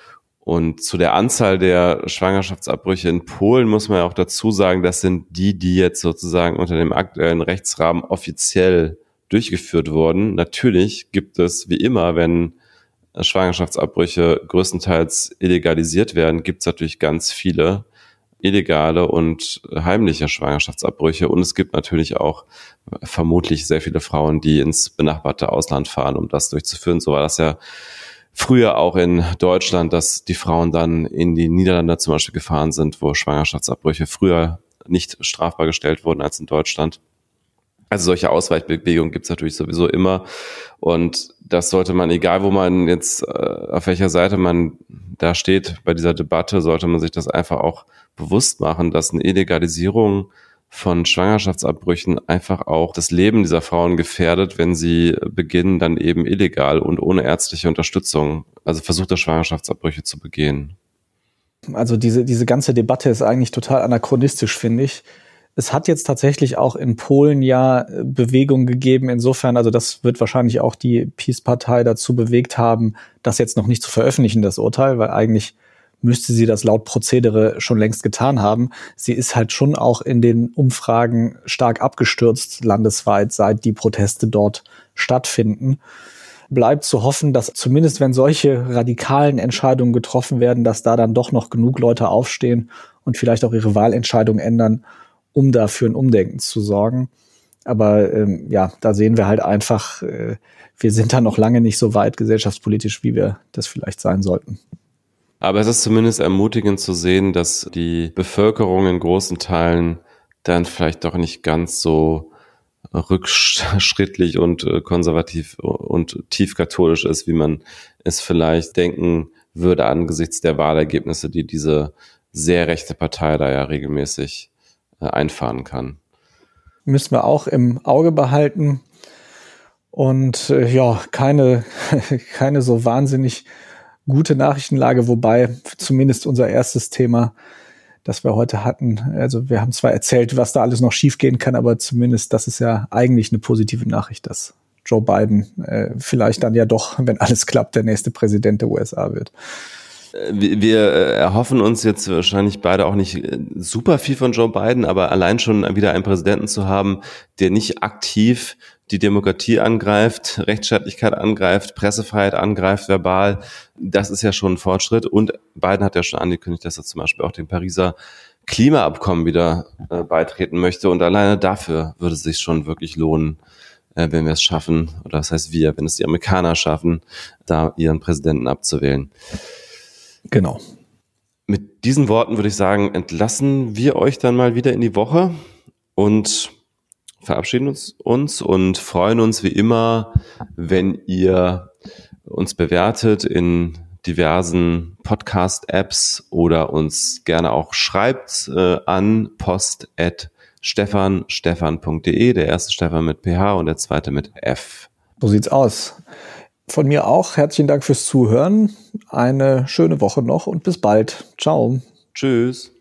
Und zu der Anzahl der Schwangerschaftsabbrüche in Polen muss man ja auch dazu sagen, das sind die, die jetzt sozusagen unter dem aktuellen Rechtsrahmen offiziell durchgeführt wurden. Natürlich gibt es, wie immer, wenn Schwangerschaftsabbrüche größtenteils illegalisiert werden, gibt es natürlich ganz viele illegale und heimliche Schwangerschaftsabbrüche. Und es gibt natürlich auch vermutlich sehr viele Frauen, die ins benachbarte Ausland fahren, um das durchzuführen. So war das ja früher auch in Deutschland, dass die Frauen dann in die Niederlande zum Beispiel gefahren sind, wo Schwangerschaftsabbrüche früher nicht strafbar gestellt wurden als in Deutschland. Also solche Ausweichbewegungen gibt es natürlich sowieso immer. Und das sollte man, egal wo man jetzt, auf welcher Seite man da steht bei dieser Debatte, sollte man sich das einfach auch bewusst machen, dass eine Illegalisierung von Schwangerschaftsabbrüchen einfach auch das Leben dieser Frauen gefährdet, wenn sie beginnen, dann eben illegal und ohne ärztliche Unterstützung, also versuchte Schwangerschaftsabbrüche zu begehen. Also diese, diese ganze Debatte ist eigentlich total anachronistisch, finde ich. Es hat jetzt tatsächlich auch in Polen ja Bewegung gegeben. Insofern, also das wird wahrscheinlich auch die PiS-Partei dazu bewegt haben, das jetzt noch nicht zu veröffentlichen, das Urteil, weil eigentlich müsste sie das laut Prozedere schon längst getan haben. Sie ist halt schon auch in den Umfragen stark abgestürzt landesweit, seit die Proteste dort stattfinden. Bleibt zu hoffen, dass zumindest wenn solche radikalen Entscheidungen getroffen werden, dass da dann doch noch genug Leute aufstehen und vielleicht auch ihre Wahlentscheidung ändern, um dafür ein Umdenken zu sorgen. Aber ähm, ja, da sehen wir halt einfach, äh, wir sind da noch lange nicht so weit gesellschaftspolitisch, wie wir das vielleicht sein sollten. Aber es ist zumindest ermutigend zu sehen, dass die Bevölkerung in großen Teilen dann vielleicht doch nicht ganz so rückschrittlich und konservativ und tief katholisch ist, wie man es vielleicht denken würde angesichts der Wahlergebnisse, die diese sehr rechte Partei da ja regelmäßig einfahren kann. Müssen wir auch im Auge behalten. Und äh, ja, keine, keine so wahnsinnig gute Nachrichtenlage, wobei zumindest unser erstes Thema, das wir heute hatten, also wir haben zwar erzählt, was da alles noch schiefgehen kann, aber zumindest das ist ja eigentlich eine positive Nachricht, dass Joe Biden äh, vielleicht dann ja doch, wenn alles klappt, der nächste Präsident der U S A wird. Wir erhoffen uns jetzt wahrscheinlich beide auch nicht super viel von Joe Biden, aber allein schon wieder einen Präsidenten zu haben, der nicht aktiv die Demokratie angreift, Rechtsstaatlichkeit angreift, Pressefreiheit angreift, verbal, das ist ja schon ein Fortschritt. Und Biden hat ja schon angekündigt, dass er zum Beispiel auch dem Pariser Klimaabkommen wieder äh, beitreten möchte. Und alleine dafür würde es sich schon wirklich lohnen, äh, wenn wir es schaffen, oder das heißt wir, wenn es die Amerikaner schaffen, da ihren Präsidenten abzuwählen. Genau. Mit diesen Worten würde ich sagen, entlassen wir euch dann mal wieder in die Woche und verabschieden uns, uns und freuen uns wie immer, wenn ihr uns bewertet in diversen Podcast-Apps oder uns gerne auch schreibt äh, an post at stefan stefan punkt de, der erste Stefan mit P H und der zweite mit F. So sieht's aus. Von mir auch herzlichen Dank fürs Zuhören. Eine schöne Woche noch und bis bald. Ciao. Tschüss.